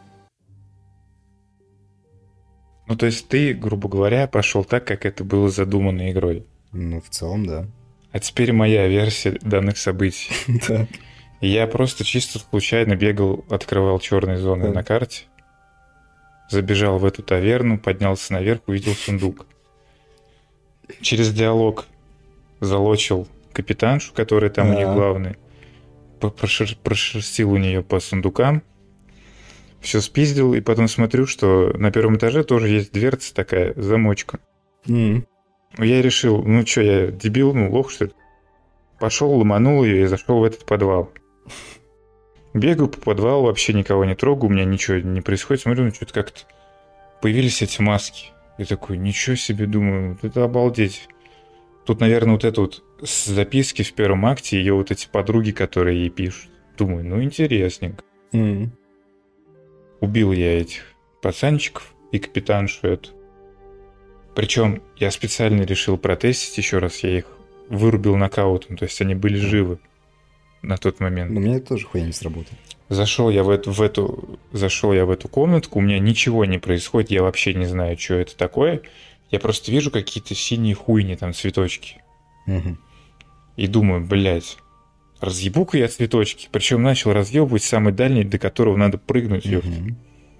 S3: Ну, то есть ты, грубо говоря, пошел так, как это было задумано игрой.
S2: Ну, в целом, да.
S3: А теперь моя версия данных событий.
S2: Да.
S3: Я просто чисто случайно бегал, открывал черные зоны
S2: Да.
S3: на карте, забежал в эту таверну, поднялся наверх, увидел сундук. Через диалог залочил капитаншу, которая там у них
S2: А.
S3: главная, по- прошер- прошерстил у нее по сундукам, все спиздил, и потом смотрю, что на первом этаже тоже есть дверца такая, с замочком.
S2: М.
S3: Я решил, ну что, я дебил, ну лох, что ли? Пошел, ломанул ее и зашел в этот подвал. Бегаю по подвалу, вообще никого не трогаю, у меня ничего не происходит. Смотрю, ну что-то как-то появились эти маски. Я такой, ничего себе, думаю, вот это обалдеть. Тут, наверное, вот это вот с записки в первом акте, ее вот эти подруги, которые ей пишут. Думаю, ну интересненько.
S2: М.
S3: Убил я этих пацанчиков и капитаншу эту. Причем я специально решил протестить еще раз, я их вырубил нокаутом, то есть они были живы на тот момент.
S2: Ну, у меня это тоже хуя не сработало.
S3: Зашел я в эту, в эту, зашел я в эту комнатку, у меня ничего не происходит, я вообще не знаю, что это такое. Я просто вижу какие-то синие хуйни, там цветочки.
S2: Мгм.
S3: И думаю, блядь, разъебу-ка я цветочки. Причем начал разъебывать самый дальний, до которого надо прыгнуть. ёпта.
S2: Мгм.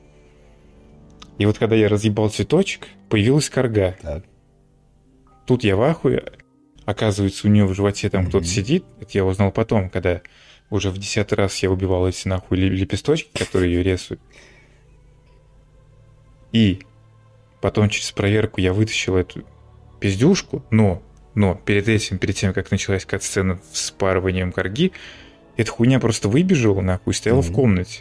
S3: И вот когда я разъебал цветочек, появилась карга.
S2: Так.
S3: Тут я в ахуе. Оказывается, у нее в животе там
S2: Мгм.
S3: кто-то сидит. Это я узнал потом, когда уже в десятый раз я убивал эти нахуй ле- лепесточки, которые ее рисуют. И потом через проверку я вытащил эту пиздюшку, но, но перед этим, перед тем, как началась кат-сцена с спарыванием карги, эта хуйня просто выбежала нахуй и стояла
S2: Мгм.
S3: в комнате.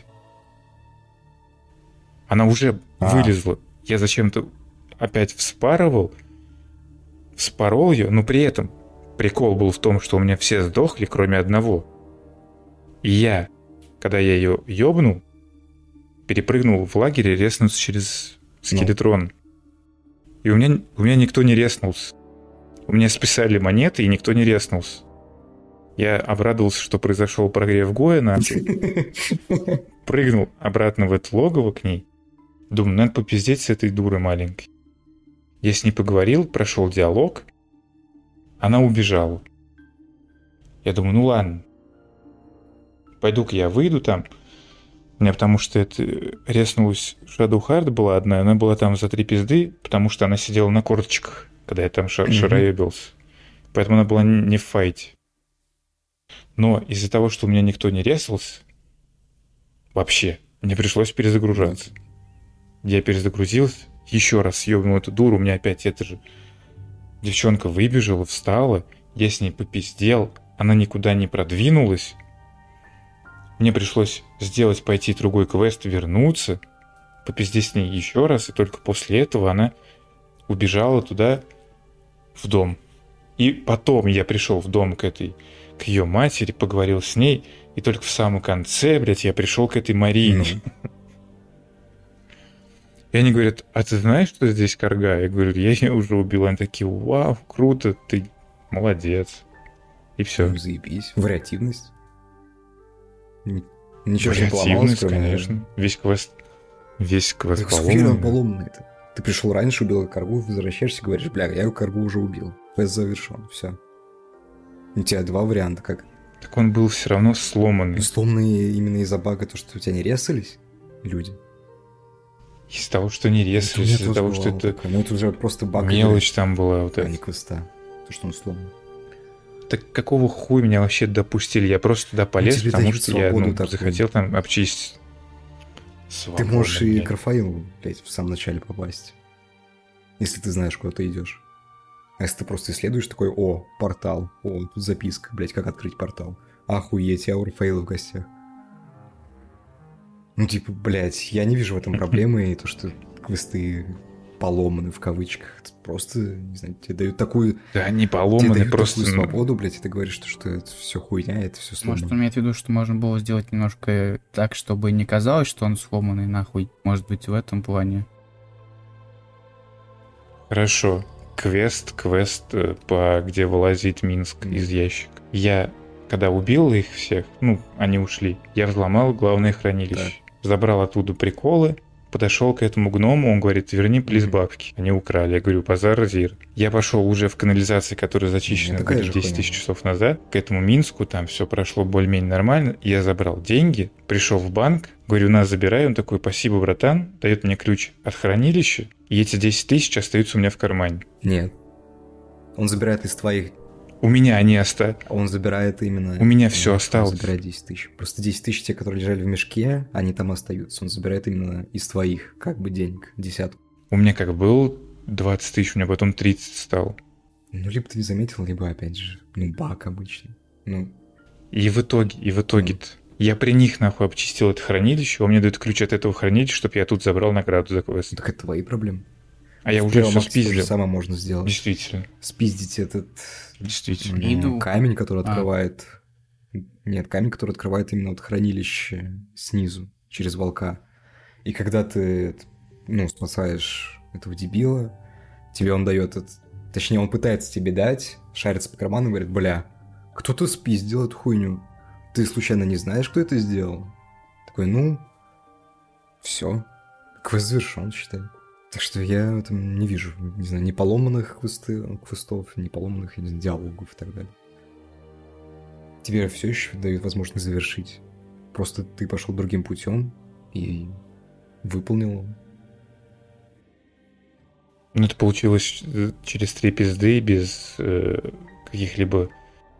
S3: Она уже
S2: А.
S3: вылезла. Я зачем-то опять вспарывал, вспорол ее, но при этом прикол был в том, что у меня все сдохли, кроме одного. И я, когда я ее ёбнул, перепрыгнул в лагерь и реснулся через скелетрон. И у меня, у меня никто не реснулся. У меня списали монеты, и никто не реснулся. Я обрадовался, что произошел прогрев Гоя, нахуй. Прыгнул обратно в это логово к ней. Думаю, надо попиздеть с этой дурой маленькой. Я с ней поговорил, прошел диалог. Она убежала. Я думаю, ну ладно. Пойду-ка я выйду там. У меня потому что это реснулась Shadow Heart была одна, она была там за три пизды, потому что она сидела на корточках, когда я там ша-
S2: Мгм.
S3: шароебился. Поэтому она была не не в файте. Но из-за того, что у меня никто не ресался, вообще, мне пришлось перезагружаться. Я перезагрузился, еще раз съебнул эту дуру, у меня опять это же... Девчонка выбежала, встала, я с ней попиздел, она никуда не продвинулась. Мне пришлось сделать, пойти другой квест, вернуться, попиздеть с ней еще раз, и только после этого она убежала туда, в дом. И потом я пришел в дом к этой, к ее матери, поговорил с ней, и только в самом конце, блядь, я пришел к этой Марине.
S2: Ну.
S3: И они говорят, а ты знаешь, что здесь карга? Я говорю, я ее уже убил. Они такие, вау, круто, ты молодец. И все.
S2: Ну, заебись. Вариативность. Н- Ничего же не поломалось,
S3: Вариативность,
S2: кроме...
S3: конечно. Весь квест, весь квест
S2: Так схуя он
S3: поломан.
S2: поломанный-то? Ты пришел раньше, убил каргу, возвращаешься и говоришь, бля, я каргу уже убил. Квест завершен, все. У тебя два варианта, как...
S3: Так он был все равно сломанный.
S2: Ну, сломанные именно из-за бага, то, что у тебя не ресались люди.
S3: Из-за того, что не
S2: Это у
S3: резались,
S2: меня
S3: из-за
S2: тоже
S3: того, что
S2: бывало
S3: это
S2: такое. Ну, это уже просто баг
S3: мелочь там была. Вот
S2: игры, а
S3: это.
S2: не квеста. То, что он сломан.
S3: Так какого хуя меня вообще допустили? Я просто туда полез,
S2: тебе
S3: потому
S2: дают
S3: что я
S2: свободу
S3: ну,
S2: такую.
S3: захотел там обчистить.
S2: Ты
S3: Свобода,
S2: можешь и
S3: блядь.
S2: к Рафаилу, блядь, в самом начале попасть. Если ты знаешь, куда ты идешь. А если ты просто исследуешь, такой, о, портал, о, тут записка, блядь, как открыть портал. Охуеть, я у Рафаила в гостях. Ну, типа, блядь, я не вижу в этом проблемы, и то, что квесты поломаны в кавычках. Это просто, не знаю, тебе дают такую...
S3: Да, не поломаны,
S2: тебе дают
S3: просто...
S2: такую свободу, блядь, и ты говоришь, что, что это все хуйня, это все сломано.
S1: Может, он имеет в виду, что можно было сделать немножко так, чтобы не казалось, что он сломанный нахуй. Может быть, в этом плане.
S3: Хорошо. Квест, квест, по где вылазить Минск mm. из ящика. Я, когда убил их всех, ну, они ушли, я взломал главное хранилище. Да. Забрал оттуда приколы, подошел к этому гному, он говорит, верни, плиз, mm-hmm. бабки. Они украли. Я говорю, базар зир. Я пошел уже в канализации, которая зачищена mm, десять тысяч часов назад, к этому Минску, там все прошло более-менее нормально. Я забрал деньги, пришел в банк, говорю, на, забирай. Он такой, спасибо, братан, дает мне ключ от хранилища, и эти десять тысяч остаются у меня в кармане.
S2: Нет. Он забирает из твоих...
S3: У меня они остались.
S2: Он забирает именно...
S3: У меня все осталось.
S2: Он забирает десять тысяч. Просто десять тысяч, те, которые лежали в мешке, они там остаются. Он забирает именно из твоих, как бы, денег, десятку.
S3: У меня как был двадцать тысяч, у меня потом тридцать стало.
S2: Ну, либо ты не заметил, либо, опять же, ну, баг обычный. Ну...
S3: И в итоге, и в итоге-то... Ну. Я при них, нахуй, обчистил это хранилище, он мне дает ключ от этого хранилища, чтобы я тут забрал награду за квест.
S2: Так это твои проблемы.
S3: А я в уже все спиздил. То же
S2: самое можно сделать.
S3: Действительно.
S2: Спиздить этот...
S3: Действительно.
S2: Ну, камень, который а. открывает... Нет, камень, который открывает именно вот хранилище снизу, через волка. И когда ты, ну, спасаешь этого дебила, тебе он дает... Это... Точнее, он пытается тебе дать, шарится по карману и говорит, бля, кто-то спиздил эту хуйню. Ты случайно не знаешь, кто это сделал? Такой, ну, все. Квест завершен, считай. Так что я в этом не вижу, не знаю, ни поломанных квесты, квестов, ни поломанных, не знаю, диалогов и так далее. Тебе все еще дают возможность завершить. Просто ты пошел другим путем и выполнил его.
S3: Ну, это получилось через три пизды, без э, каких-либо...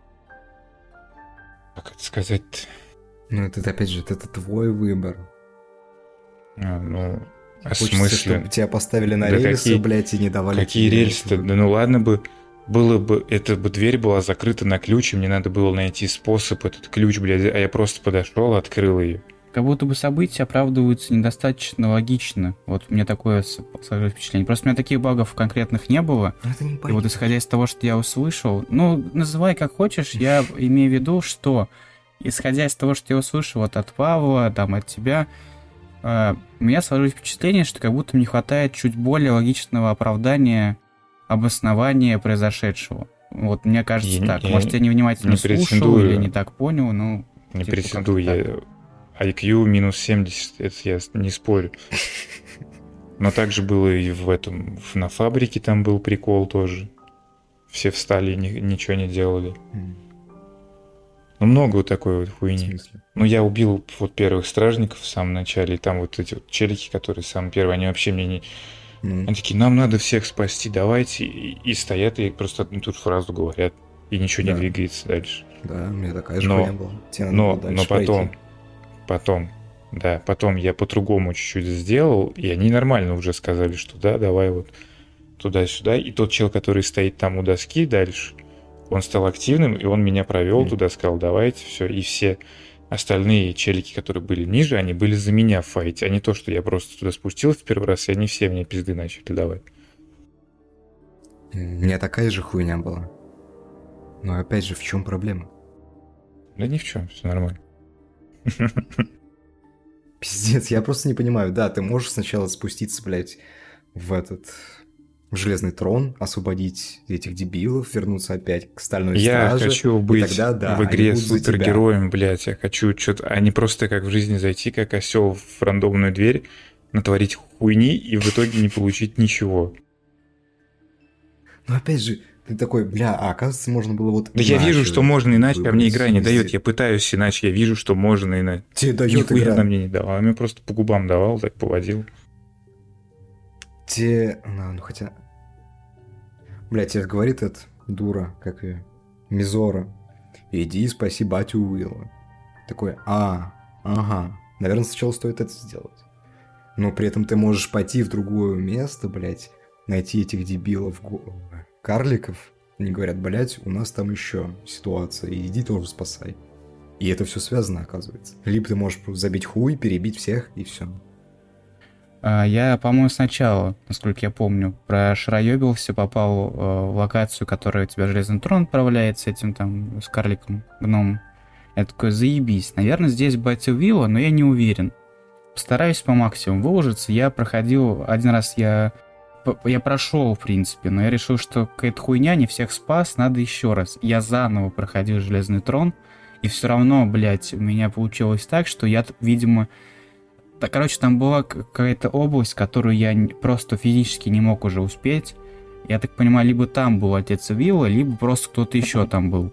S3: Как это сказать?
S2: Ну, это, опять же, это, это твой выбор.
S3: А, ну... А
S2: Хочется,
S3: смысле?
S2: чтобы тебя поставили на
S3: да
S2: рельсы,
S3: какие,
S2: блядь, и не давали...
S3: Какие рельсы-то? Да ну ладно бы, было бы... Эта бы дверь была закрыта на ключ, и мне надо было найти способ этот ключ, блядь, а я просто подошел, открыл ее.
S1: Как будто бы события оправдываются недостаточно логично. Вот у меня такое сложилось впечатление. Просто у меня таких багов конкретных не было.
S2: Это не
S1: и вот исходя из того, что я услышал... Ну, называй как хочешь, я имею в виду, что... Исходя из того, что я услышал вот от Павла, там, от тебя... Uh, у меня сложилось впечатление, что как будто не хватает чуть более логичного оправдания, обоснования произошедшего. Вот мне кажется я, так. Я, Может, я невнимательно не слушал или не так понял, но...
S3: Не типа, претендую, я... ай кью минус семьдесят, это я не спорю. Но также было и в этом... На фабрике там был прикол тоже. Все встали и ни, ничего не делали. Ну, много вот такой вот хуйни. Ну, я убил вот первых стражников в самом начале, и там вот эти вот челики, которые самые первые, они вообще мне не... Mm. Они такие, нам надо всех спасти, давайте. И, и стоят, и просто одну ту же фразу говорят, и ничего да. не двигается дальше.
S2: Да, у меня такая же хуйня была.
S3: Тебе но, но потом, пройти. потом, да, потом я по-другому чуть-чуть сделал, и они нормально уже сказали, что да, давай вот туда-сюда. И тот чел, который стоит там у доски дальше, он стал активным, и он меня провел mm. туда, сказал, давайте, все. И все остальные челики, которые были ниже, они были за меня в файте, а не то, что я просто туда спустился в первый раз, и они все мне пизды начали давать.
S2: У меня такая же хуйня была. Но опять же, в чем проблема?
S3: Да ни в чем, все нормально.
S2: Пиздец, я просто не понимаю. Да, ты можешь сначала спуститься, блядь, в этот... в железный трон, освободить этих дебилов, вернуться опять к стальной
S3: я
S2: страже.
S3: Я хочу быть
S2: тогда, да,
S3: в игре супергероем, блядь. Я хочу что-то... А не просто как в жизни зайти, как осел в рандомную дверь, натворить хуйни и в итоге не получить ничего.
S2: Ну опять же, ты такой, бля, а оказывается, можно было вот...
S3: Да я вижу, что можно иначе, а мне игра не дает. Я пытаюсь иначе, я вижу, что можно иначе.
S2: Тебе дает игра.
S3: Она мне не давала, она мне просто по губам давал, так поводил.
S2: Те... Ну, ну хотя... Блядь, тебе говорит эта дура, как ее, Мизора. Иди спаси батю Уилла. Такой, а, ага. Наверное, сначала стоит это сделать. Но при этом ты можешь пойти в другое место, блядь, найти этих дебилов, карликов. Они говорят, блядь, у нас там еще ситуация, и иди тоже спасай. И это все связано, оказывается. Либо ты можешь забить хуй, перебить всех, и все.
S1: А, я, по-моему, сначала, насколько я помню, прошароебился, попал э, в локацию, которая у тебя Железный Трон отправляет с этим там, с карликом, гномом. Я такой, заебись. Наверное, здесь Battle Villa, но я не уверен. Постараюсь по максимуму выложиться. Я проходил... Один раз я... Я прошел, в принципе, но я решил, что какая-то хуйня, не всех спас, надо еще раз. Я заново проходил Железный Трон, и все равно, блядь, у меня получилось так, что я, видимо... Так, короче, там была какая-то область, которую я просто физически не мог уже успеть. Я так понимаю, либо там был Отец Вилла, либо просто кто-то еще там был.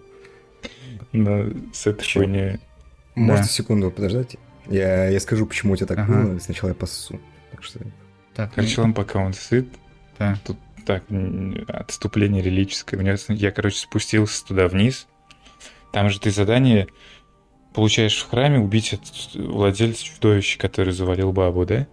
S3: Но с этой хуйней...
S2: Можно
S1: Да.
S2: секунду подождать? Я, я скажу, почему у тебя так
S1: Ага.
S2: было, и сначала я поссу. Так что...
S1: Так,
S3: Сначала, пока он сыт,
S1: да.
S3: тут так, м, отступление релическое. У меня, я, короче, спустился туда вниз. Там же ты задание получаешь в храме убить от владельца чудовища, который завалил бабу, да?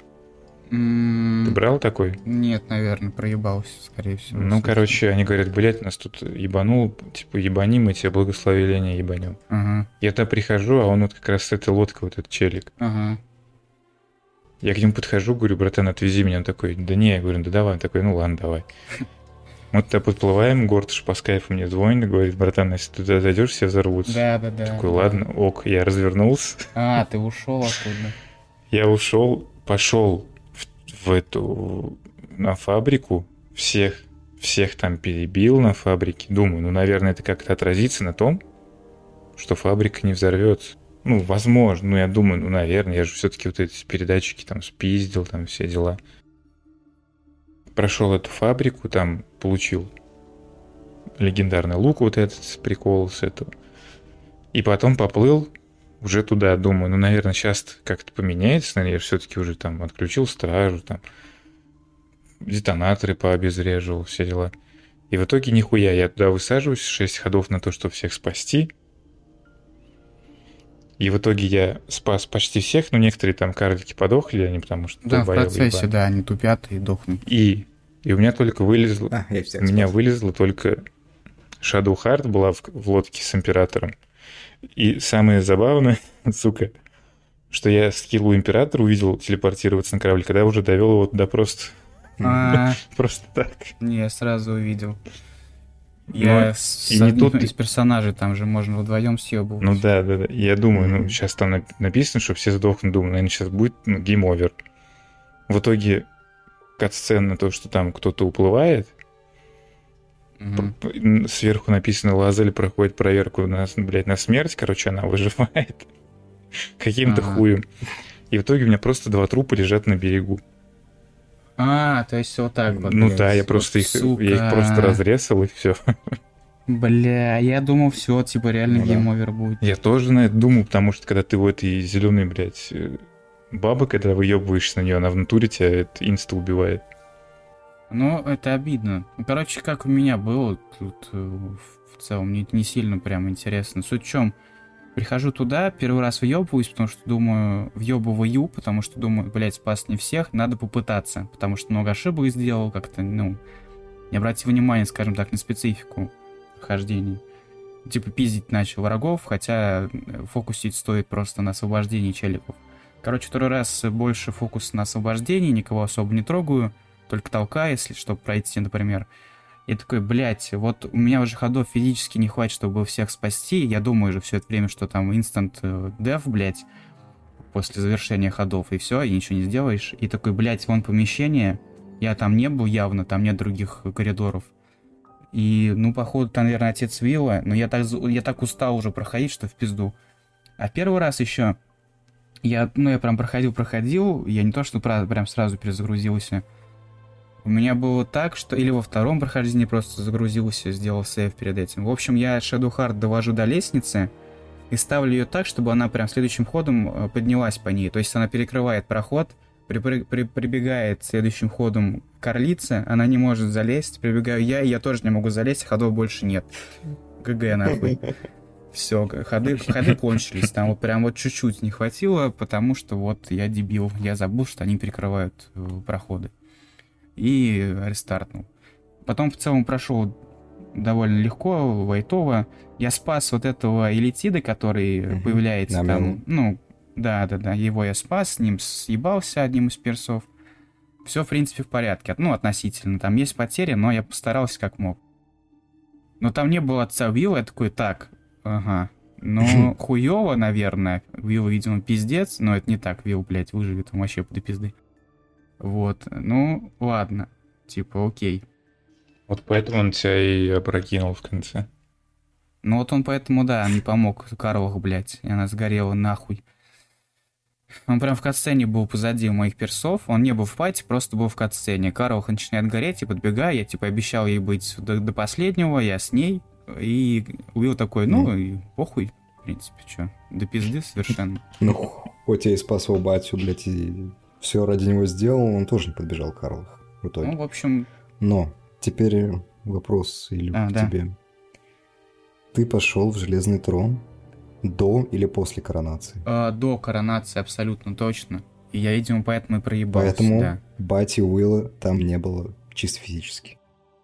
S1: М,
S3: Ты брал такой?
S1: Нет, наверное, проебался, скорее всего.
S3: Ну, короче, они говорят, блядь, нас тут ебанул, типа, ебани, мы тебе благословение ебанем.
S1: Ага,
S3: Я туда прихожу, а он вот как раз с этой лодкой, вот этот челик.
S1: ага.
S3: Я к нему подхожу, говорю, братан, отвези меня. Он такой, да не, я говорю, да давай. Он такой, ну ладно, давай. Мы туда подплываем, Гортыш по скайпу мне звонит, говорит, братан, если ты туда зайдешь, все взорвутся.
S1: Да, да, да.
S3: Такой,
S1: да.
S3: ладно, ок, я развернулся.
S1: А, ты ушел оттуда.
S3: Я ушел, пошел в, в эту, на фабрику, всех, всех там перебил на фабрике. Думаю, ну, наверное, это как-то отразится на том, что фабрика не взорвется. Ну, возможно, ну, я думаю, ну, наверное, я же все-таки вот эти передатчики там спиздил, там все дела. Прошел эту фабрику, там получил легендарный лук вот этот, прикол с этого. И потом поплыл уже туда, думаю, ну, наверное, сейчас как-то поменяется, наверное, я все-таки уже там отключил стражу, там детонаторы пообезвреживал, все дела. И в итоге нихуя, я туда высаживаюсь, шесть ходов на то, чтобы всех спасти. И в итоге я спас почти всех, но некоторые там карлики подохли, они потому что...
S1: Да, в
S3: долбоёбы
S1: процессе,
S3: ебаные.
S1: да, они тупят и дохнут.
S3: И, и у меня только вылезло...
S2: А, я всех
S3: У меня
S2: спас.
S3: вылезла только Shadow Heart была в, в лодке с Императором. И самое забавное, сука, что я скиллу Императора увидел телепортироваться на корабль, когда уже довел его туда просто,
S1: А,
S3: просто так.
S1: не, я сразу увидел. Я
S3: Ну,
S1: с
S3: и не
S1: одним
S3: тут-
S1: из персонажей, там же можно вдвоем съебывать.
S3: Ну да, да, да. И я думаю, ну
S2: Мгм.
S3: сейчас там нап- написано, что все сдохнут. Думаю, наверное, сейчас будет ну, гейм-овер. В итоге кат-сцена, то, что там кто-то уплывает,
S1: Мгм.
S3: п- п- сверху написано, Лазель проходит проверку на, блядь, на смерть, короче, она выживает каким-то
S1: Ага.
S3: хуем. И в итоге у меня просто два трупа лежат на берегу.
S1: А, то есть вот так вот.
S3: Ну
S2: блядь,
S3: да, я
S1: вот,
S3: просто их,
S1: сука.
S3: я их просто разрезал, и все.
S1: Бля, я думал, все, типа реально
S2: Ну да.
S1: гейм-овер будет.
S3: Я тоже на это думал, потому что когда ты в этой зеленой, блядь, э, бабы, когда выебываешься на нее, она в натуре тебя это инста убивает.
S1: Ну, это обидно. Ну, короче, как у меня было, тут э, в в целом не, не сильно прям интересно. Суть в чем? Прихожу туда, первый раз въебываюсь, потому что думаю, въебываю, потому что думаю, блядь, спас не всех, надо попытаться, потому что много ошибок сделал, как-то, ну, не обратил внимания, скажем так, на специфику прохождения. Типа пиздить начал врагов, хотя э, фокусить стоит просто на освобождении челиков. Короче, второй раз больше фокус на освобождении, никого особо не трогаю, только толкаю, если чтобы пройти, например. И такой, блядь, вот у меня уже ходов физически не хватит, чтобы всех спасти. Я думаю же все это время, что там инстант деф, блядь, после завершения ходов, и все, и ничего не сделаешь. И такой, блядь, вон помещение, я там не был явно, там нет других коридоров. И, ну, походу, там, наверное, Отец Вилла, но я так, за- я так устал уже проходить, что в пизду. А первый раз еще я, ну, я прям проходил-проходил, я не то, что пра- прям сразу перезагрузился. У меня было так, что или во втором прохождении просто загрузился, сделал сейв перед этим. В общем, я Shadow Heart довожу до лестницы и ставлю ее так, чтобы она прям следующим ходом э, поднялась по ней. То есть она перекрывает проход, припры- при- прибегает следующим ходом к орлице, она не может залезть, прибегаю я, и я тоже не могу залезть, ходов больше нет. ГГ нахуй. Все, ходы, ходы кончились, там вот прям вот чуть-чуть не хватило, потому что вот я дебил, я забыл, что они перекрывают э, проходы. И рестартнул. Потом в целом прошел довольно легко, лайтово. Я спас вот этого элитида, который
S2: Мгм.
S1: появляется
S2: Намёл.
S1: там. Ну, да-да-да, его я спас, с ним съебался одним из персов. все, в принципе, в порядке. Ну, относительно. Там есть потери, но я постарался как мог. Но там не было отца Уилла, я такой, так, ага. Ну, хуёво, наверное. Уилл, видимо, пиздец, но это не так. Уилл, блядь, выживет, он вообще до пизды. Вот, ну, ладно. Типа, окей.
S3: Вот поэтому он тебя и опрокинул в конце.
S1: Ну вот он поэтому, да, не помог Карлу, блядь, и она сгорела нахуй. Он прям в катсцене был позади моих персов, он не был в пати, просто был в катсцене. Карл начинает гореть, и подбегаю, я типа обещал ей быть до, до последнего, я с ней. И Уилл такой, ну, mm. и похуй, в принципе, чё, до пизды совершенно.
S2: Ну, хоть я и спас его батю, блядь, и все ради него сделал, он тоже не подбежал к Карлу в итоге.
S1: Ну, в общем...
S2: Но теперь вопрос, Илью,
S1: а,
S2: к
S1: да.
S2: тебе. Ты пошел в Железный трон до или после коронации?
S1: А, до коронации, абсолютно точно. И я, видимо, поэтому и проебался,
S2: Поэтому
S1: да.
S2: бати Уилла там не было чисто физически.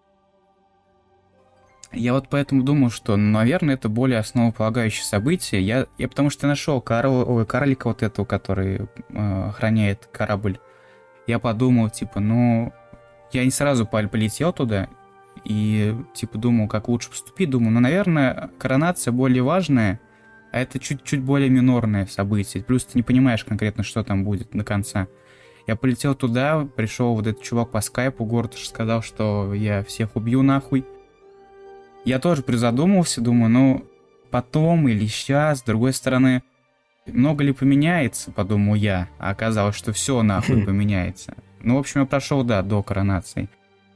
S1: Я вот поэтому думал, что, наверное, это более основополагающее событие. Я, я потому что нашел Карл, ой, карлика вот этого, который э, охраняет корабль. Я подумал, типа, ну... Я не сразу полетел туда и, типа, думал, как лучше поступить. Думаю, ну, наверное, коронация более важная, а это чуть-чуть более минорное событие. Плюс ты не понимаешь конкретно, что там будет до конца. Я полетел туда, пришел вот этот чувак по скайпу, город сказал, что я всех убью нахуй. Я тоже призадумался, думаю, ну, потом или сейчас, с другой стороны, много ли поменяется, подумал я, а оказалось, что все нахуй поменяется. Ну, в общем, я прошел, да, до коронации.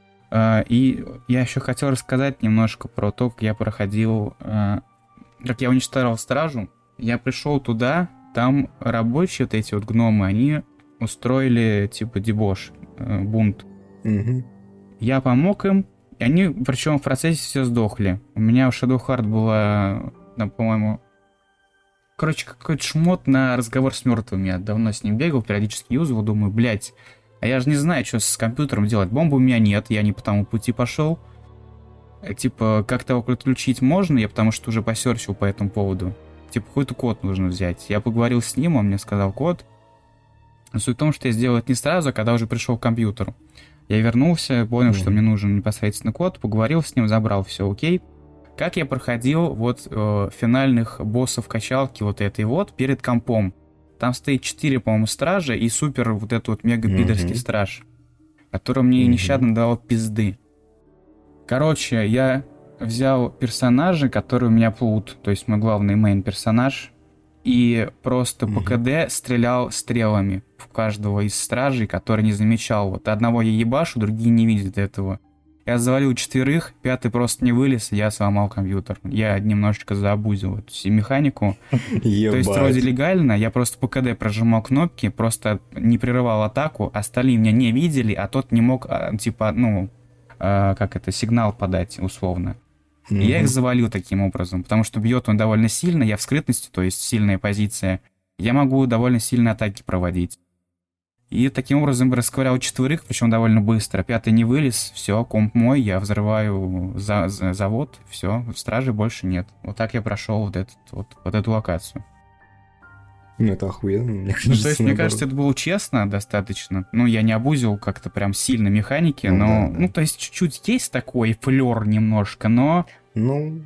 S1: И я еще хотел рассказать немножко про то, как я проходил, как я уничтожал стражу. Я пришел туда, там рабочие вот эти вот гномы, они устроили, типа, дебош, бунт.
S2: Угу.
S1: Я помог им, и они, причем в процессе все сдохли. У меня в Shadowheart была, там, по-моему... Короче, какой-то шмот на разговор с мертвыми. Я давно с ним бегал, периодически юзал, думаю, блядь, а я же не знаю, что с компьютером делать. Бомбы у меня нет, я не по тому пути пошел. Типа, как-то его подключить можно, я потому что уже посерчил по этому поводу. Типа, какой-то код нужно взять. Я поговорил с ним, он мне сказал код. Но суть в том, что я сделал это не сразу, а когда уже пришел к компьютеру. Я вернулся, понял, mm-hmm. что мне нужен непосредственно код, поговорил с ним, забрал, все окей. Как я проходил вот э, финальных боссов качалки вот этой вот перед компом. Там стоит четыре, по-моему, стража и супер вот этот вот мега-пидорский mm-hmm. страж, который мне mm-hmm. нещадно дал пизды. Короче, я взял персонажа, который у меня плут, то есть мой главный мейн-персонаж, и просто mm-hmm. по КД стрелял стрелами в каждого из стражей, который не замечал. Вот одного я ебашу, другие не видят этого. Я завалил четверых, пятый просто не вылез, и я сломал компьютер. Я немножечко заабузил эту механику. То есть вроде легально, я просто по КД прожимал кнопки, просто не прерывал атаку, остальные меня не видели, а тот не мог, типа, ну, как это, сигнал подать, условно. Mm-hmm. И я их завалил таким образом, потому что бьет он довольно сильно, я в скрытности, то есть сильная позиция, я могу довольно сильные атаки проводить. И таким образом расковырял четверых, причем довольно быстро. Пятый не вылез, все, комп мой, я взрываю за, за, завод, все, стражи больше нет. Вот так я прошел вот, этот, вот, вот эту локацию.
S2: Ну, это охуенно, мне кажется.
S1: Ну, то есть, мне кажется, это было честно достаточно. Ну, я не абузил как-то прям сильно механики, ну, но... Да, да. Ну, то есть, чуть-чуть есть такой флёр немножко, но...
S2: Ну,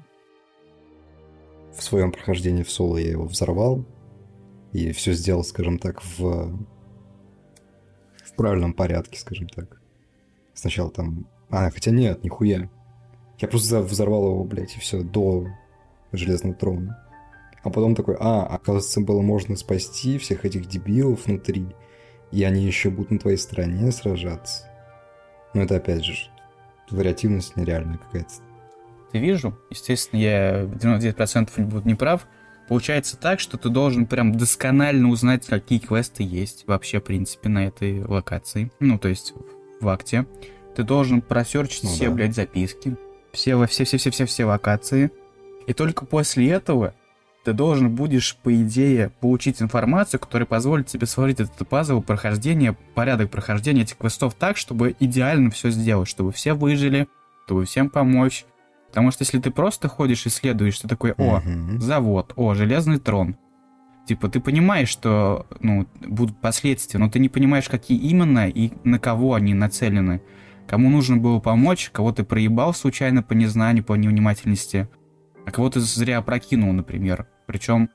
S2: в своем прохождении в соло я его взорвал. И все сделал, скажем так, в... в правильном порядке, скажем так. Сначала там... А, хотя нет, нихуя. Я просто взорвал его, блядь, и все, до Железного трона. А потом такой, а, оказывается, было можно спасти всех этих дебилов внутри, и они еще будут на твоей стороне сражаться. Но это, опять же, вариативность нереальная какая-то.
S1: Ты вижу, естественно, я в девяносто девять процентов не буду неправ. Получается так, что ты должен прям досконально узнать, какие квесты есть вообще, в принципе, на этой локации. Ну, то есть в акте. Ты должен просерчить ну, все, да. блядь, записки, все, все, все, все, все, все локации. И только после этого ты должен будешь, по идее, получить информацию, которая позволит тебе сварить этот пазл прохождения, порядок прохождения этих квестов так, чтобы идеально все сделать, чтобы все выжили, чтобы всем помочь. Потому что если ты просто ходишь, исследуешь, ты такой, о, uh-huh. завод, о, Железный трон. Типа, ты понимаешь, что, ну, будут последствия, но ты не понимаешь, какие именно и на кого они нацелены. Кому нужно было помочь, кого ты проебал случайно по незнанию, по невнимательности, а кого ты зря опрокинул, например. Причем,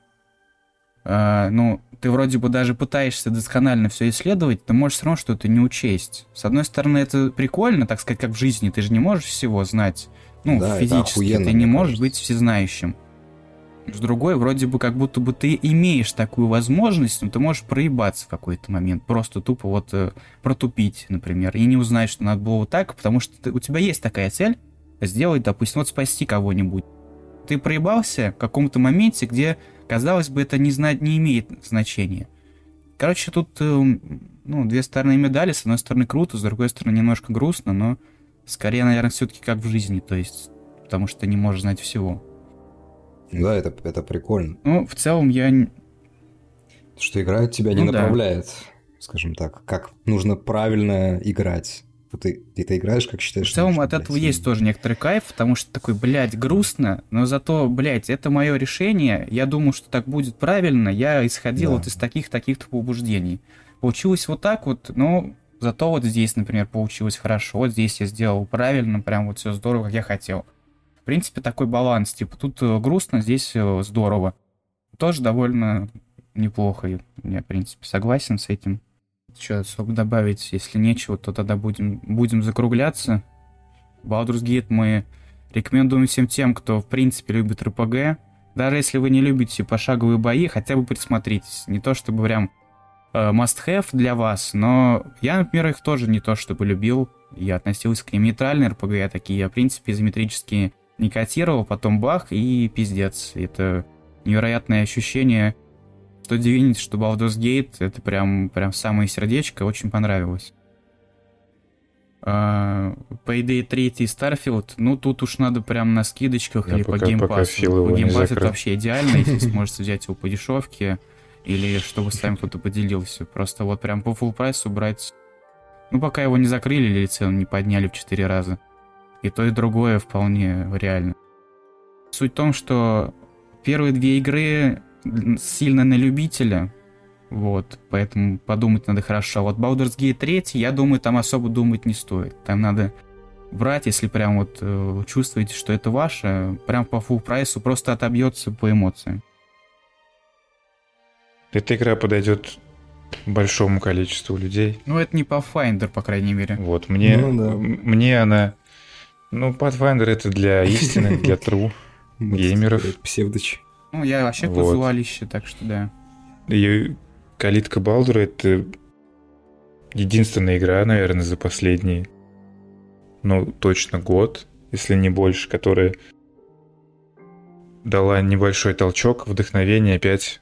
S1: э, ну, ты вроде бы даже пытаешься досконально все исследовать, ты можешь все равно что-то не учесть. С одной стороны, это прикольно, так сказать, как в жизни, ты же не можешь всего знать, ну, да, физически, ты не можешь быть всезнающим. С другой, вроде бы, как будто бы ты имеешь такую возможность, но ты можешь проебаться в какой-то момент, просто тупо вот э, протупить, например, и не узнать, что надо было вот так, потому что ты, у тебя есть такая цель сделать, допустим, вот спасти кого-нибудь. Ты проебался в каком-то моменте, где, казалось бы, это не, зна- не имеет значения. Короче, тут э, ну, две стороны медали, с одной стороны круто, с другой стороны немножко грустно, но скорее, наверное, все-таки как в жизни, то есть, потому что ты не можешь знать всего.
S2: Да, это, это прикольно.
S1: Ну, в целом я...
S2: Что игра тебя не
S1: ну,
S2: направляет,
S1: да.
S2: скажем так, как нужно правильно играть. Вот ты, ты, ты играешь, как считаешь.
S1: В целом
S2: нужно,
S1: от
S2: блядь,
S1: этого
S2: и...
S1: есть тоже некоторый кайф, потому что такой, блядь, грустно, но зато, блядь, это мое решение, я думаю, что так будет правильно, я исходил да. вот из таких-таких побуждений. Получилось вот так вот, но зато вот здесь, например, получилось хорошо, вот здесь я сделал правильно, прям вот все здорово, как я хотел. В принципе, такой баланс, типа, тут грустно, здесь здорово. Тоже довольно неплохо, я, в принципе, согласен с этим. Что особо добавить, если нечего, то тогда будем, будем закругляться. Baldur's Gate мы рекомендуем всем тем, кто, в принципе, любит эр пи джи. Даже если вы не любите пошаговые бои, хотя бы присмотритесь. Не то чтобы прям э, must-have для вас, но я, например, их тоже не то чтобы любил. Я относился к ним нейтрально, эр пи джи такие, я, в принципе, изометрические не котировал, потом бах, и пиздец. Это невероятное ощущение, что Divinity, что Baldur's Gate, это прям, прям самое сердечко, очень понравилось. Uh, Payday три и Starfield, ну тут уж надо прям на скидочках я или пока, по геймпасу. По геймпасу это вообще идеально, если сможете взять его по дешевке, или чтобы с вами кто-то поделился. Просто вот прям по full прайсу брать, ну пока его не закрыли или цену не подняли в четыре раза. И то, и другое вполне реально. Суть в том, что первые две игры сильно на любителя, вот, поэтому подумать надо хорошо. А вот Baldur's Gate три, я думаю, там особо думать не стоит. Там надо брать, если прям вот э, чувствуете, что это ваше, прям по фулл прайсу просто отобьется по эмоциям.
S3: Эта игра подойдет большому количеству людей.
S1: Ну, это не Pathfinder, по крайней мере.
S3: Вот, мне,
S2: ну, да.
S3: мне она... Ну, Pathfinder это для истины, для true геймеров.
S2: Псевдоч.
S1: Ну, я вообще
S3: вот.
S1: казуалище, так что да.
S3: И калитка Балдура — это единственная игра, наверное, за последние, ну, точно год, если не больше, которая дала небольшой толчок, вдохновение опять...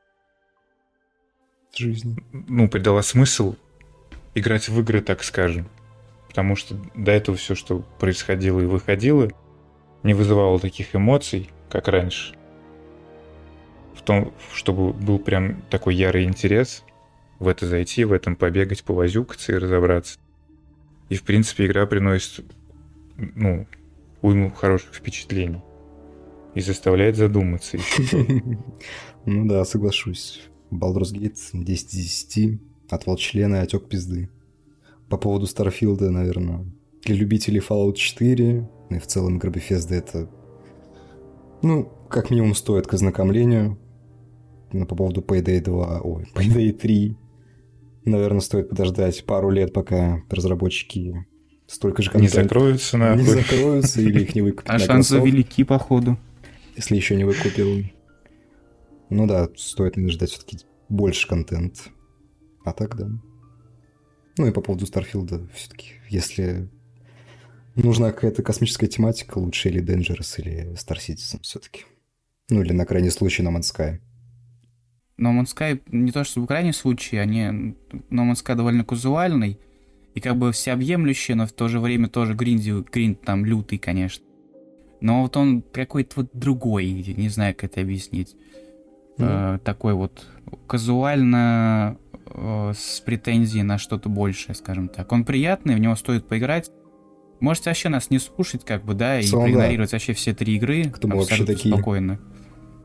S2: Жизни.
S3: Ну, придала смысл играть в игры, так скажем. Потому что до этого все, что происходило и выходило, не вызывало таких эмоций, как раньше. В том, чтобы был прям такой ярый интерес в это зайти, в этом побегать, повозюкаться и разобраться. И, в принципе, игра приносит, ну, уйму хороших впечатлений. И заставляет задуматься.
S2: Ну да, соглашусь. Baldur's Gate десять из десяти. Отвал члена и отек пизды. По поводу Старфилда, наверное, для любителей Fallout четыре, ну и в целом игры Bethesda это, ну, как минимум стоит к ознакомлению. Но по поводу Payday два, ой, Payday три, наверное, стоит подождать пару лет, пока разработчики столько же контента...
S3: Не закроются, нахуй.
S2: Не закроются или их не выкупят.
S1: А шансы велики, походу.
S2: Если еще не выкупил. Ну да, стоит, наверное, ждать все-таки больше контента. А так, да. Ну и по поводу Старфилда, все-таки, если нужна какая-то космическая тематика, лучше или Dangerous, или Star Citizen все-таки. Ну или на крайний случай No Man's Sky.
S1: No Man's Sky не то, что в крайнем случае, они... No Man's Sky довольно казуальный, и как бы всеобъемлющий, но в то же время тоже гринди, гринд там лютый, конечно. Но вот он какой-то вот другой, не знаю, как это объяснить. Mm-hmm. Э, такой вот казуально э, с претензией на что-то большее, скажем так. Он приятный, в него стоит поиграть. Можете вообще нас не слушать, как бы, да, и
S2: Сам,
S1: проигнорировать
S2: да.
S1: вообще все три игры.
S2: Кто мы вообще такие?
S1: Спокойно.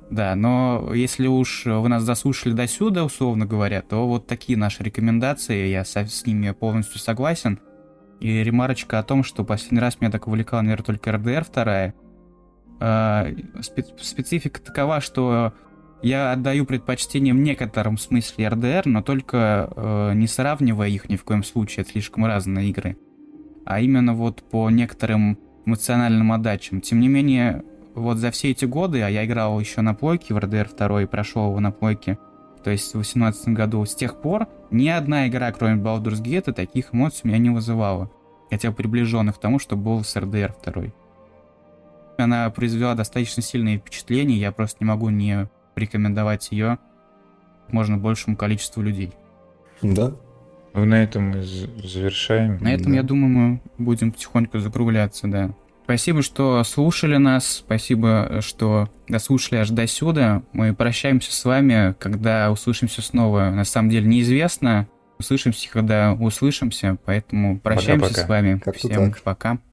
S1: Да, но если уж вы нас дослушали до сюда, условно говоря, то вот такие наши рекомендации, я со, с ними полностью согласен. И ремарочка о том, что последний раз меня так увлекала, наверное, только эр дэ эр два. Э, специфика такова, что я отдаю предпочтение в некотором смысле эр дэ эр, но только э, не сравнивая их ни в коем случае, это слишком разные игры, а именно вот по некоторым эмоциональным отдачам. Тем не менее, вот за все эти годы, а я играл еще на плойке в эр дэ эр два и прошел его на плойке, то есть в две тысячи восемнадцатом году, с тех пор ни одна игра, кроме Baldur's Gate, таких эмоций у меня не вызывала, хотя бы приближенных к тому, что был с эр дэ эр два. Она произвела достаточно сильное впечатление, я просто не могу не рекомендовать ее можно большему количеству людей.
S2: Да.
S3: Ну, на этом мы завершаем.
S1: На этом,
S2: да.
S1: я думаю, мы будем потихоньку закругляться, да. Спасибо, что слушали нас, спасибо, что дослушали аж до сюда. Мы прощаемся с вами, когда услышимся снова. На самом деле неизвестно. Услышимся, когда услышимся, поэтому прощаемся
S3: Пока-пока.
S1: с вами.
S2: Как-то
S1: Всем
S2: так.
S1: пока.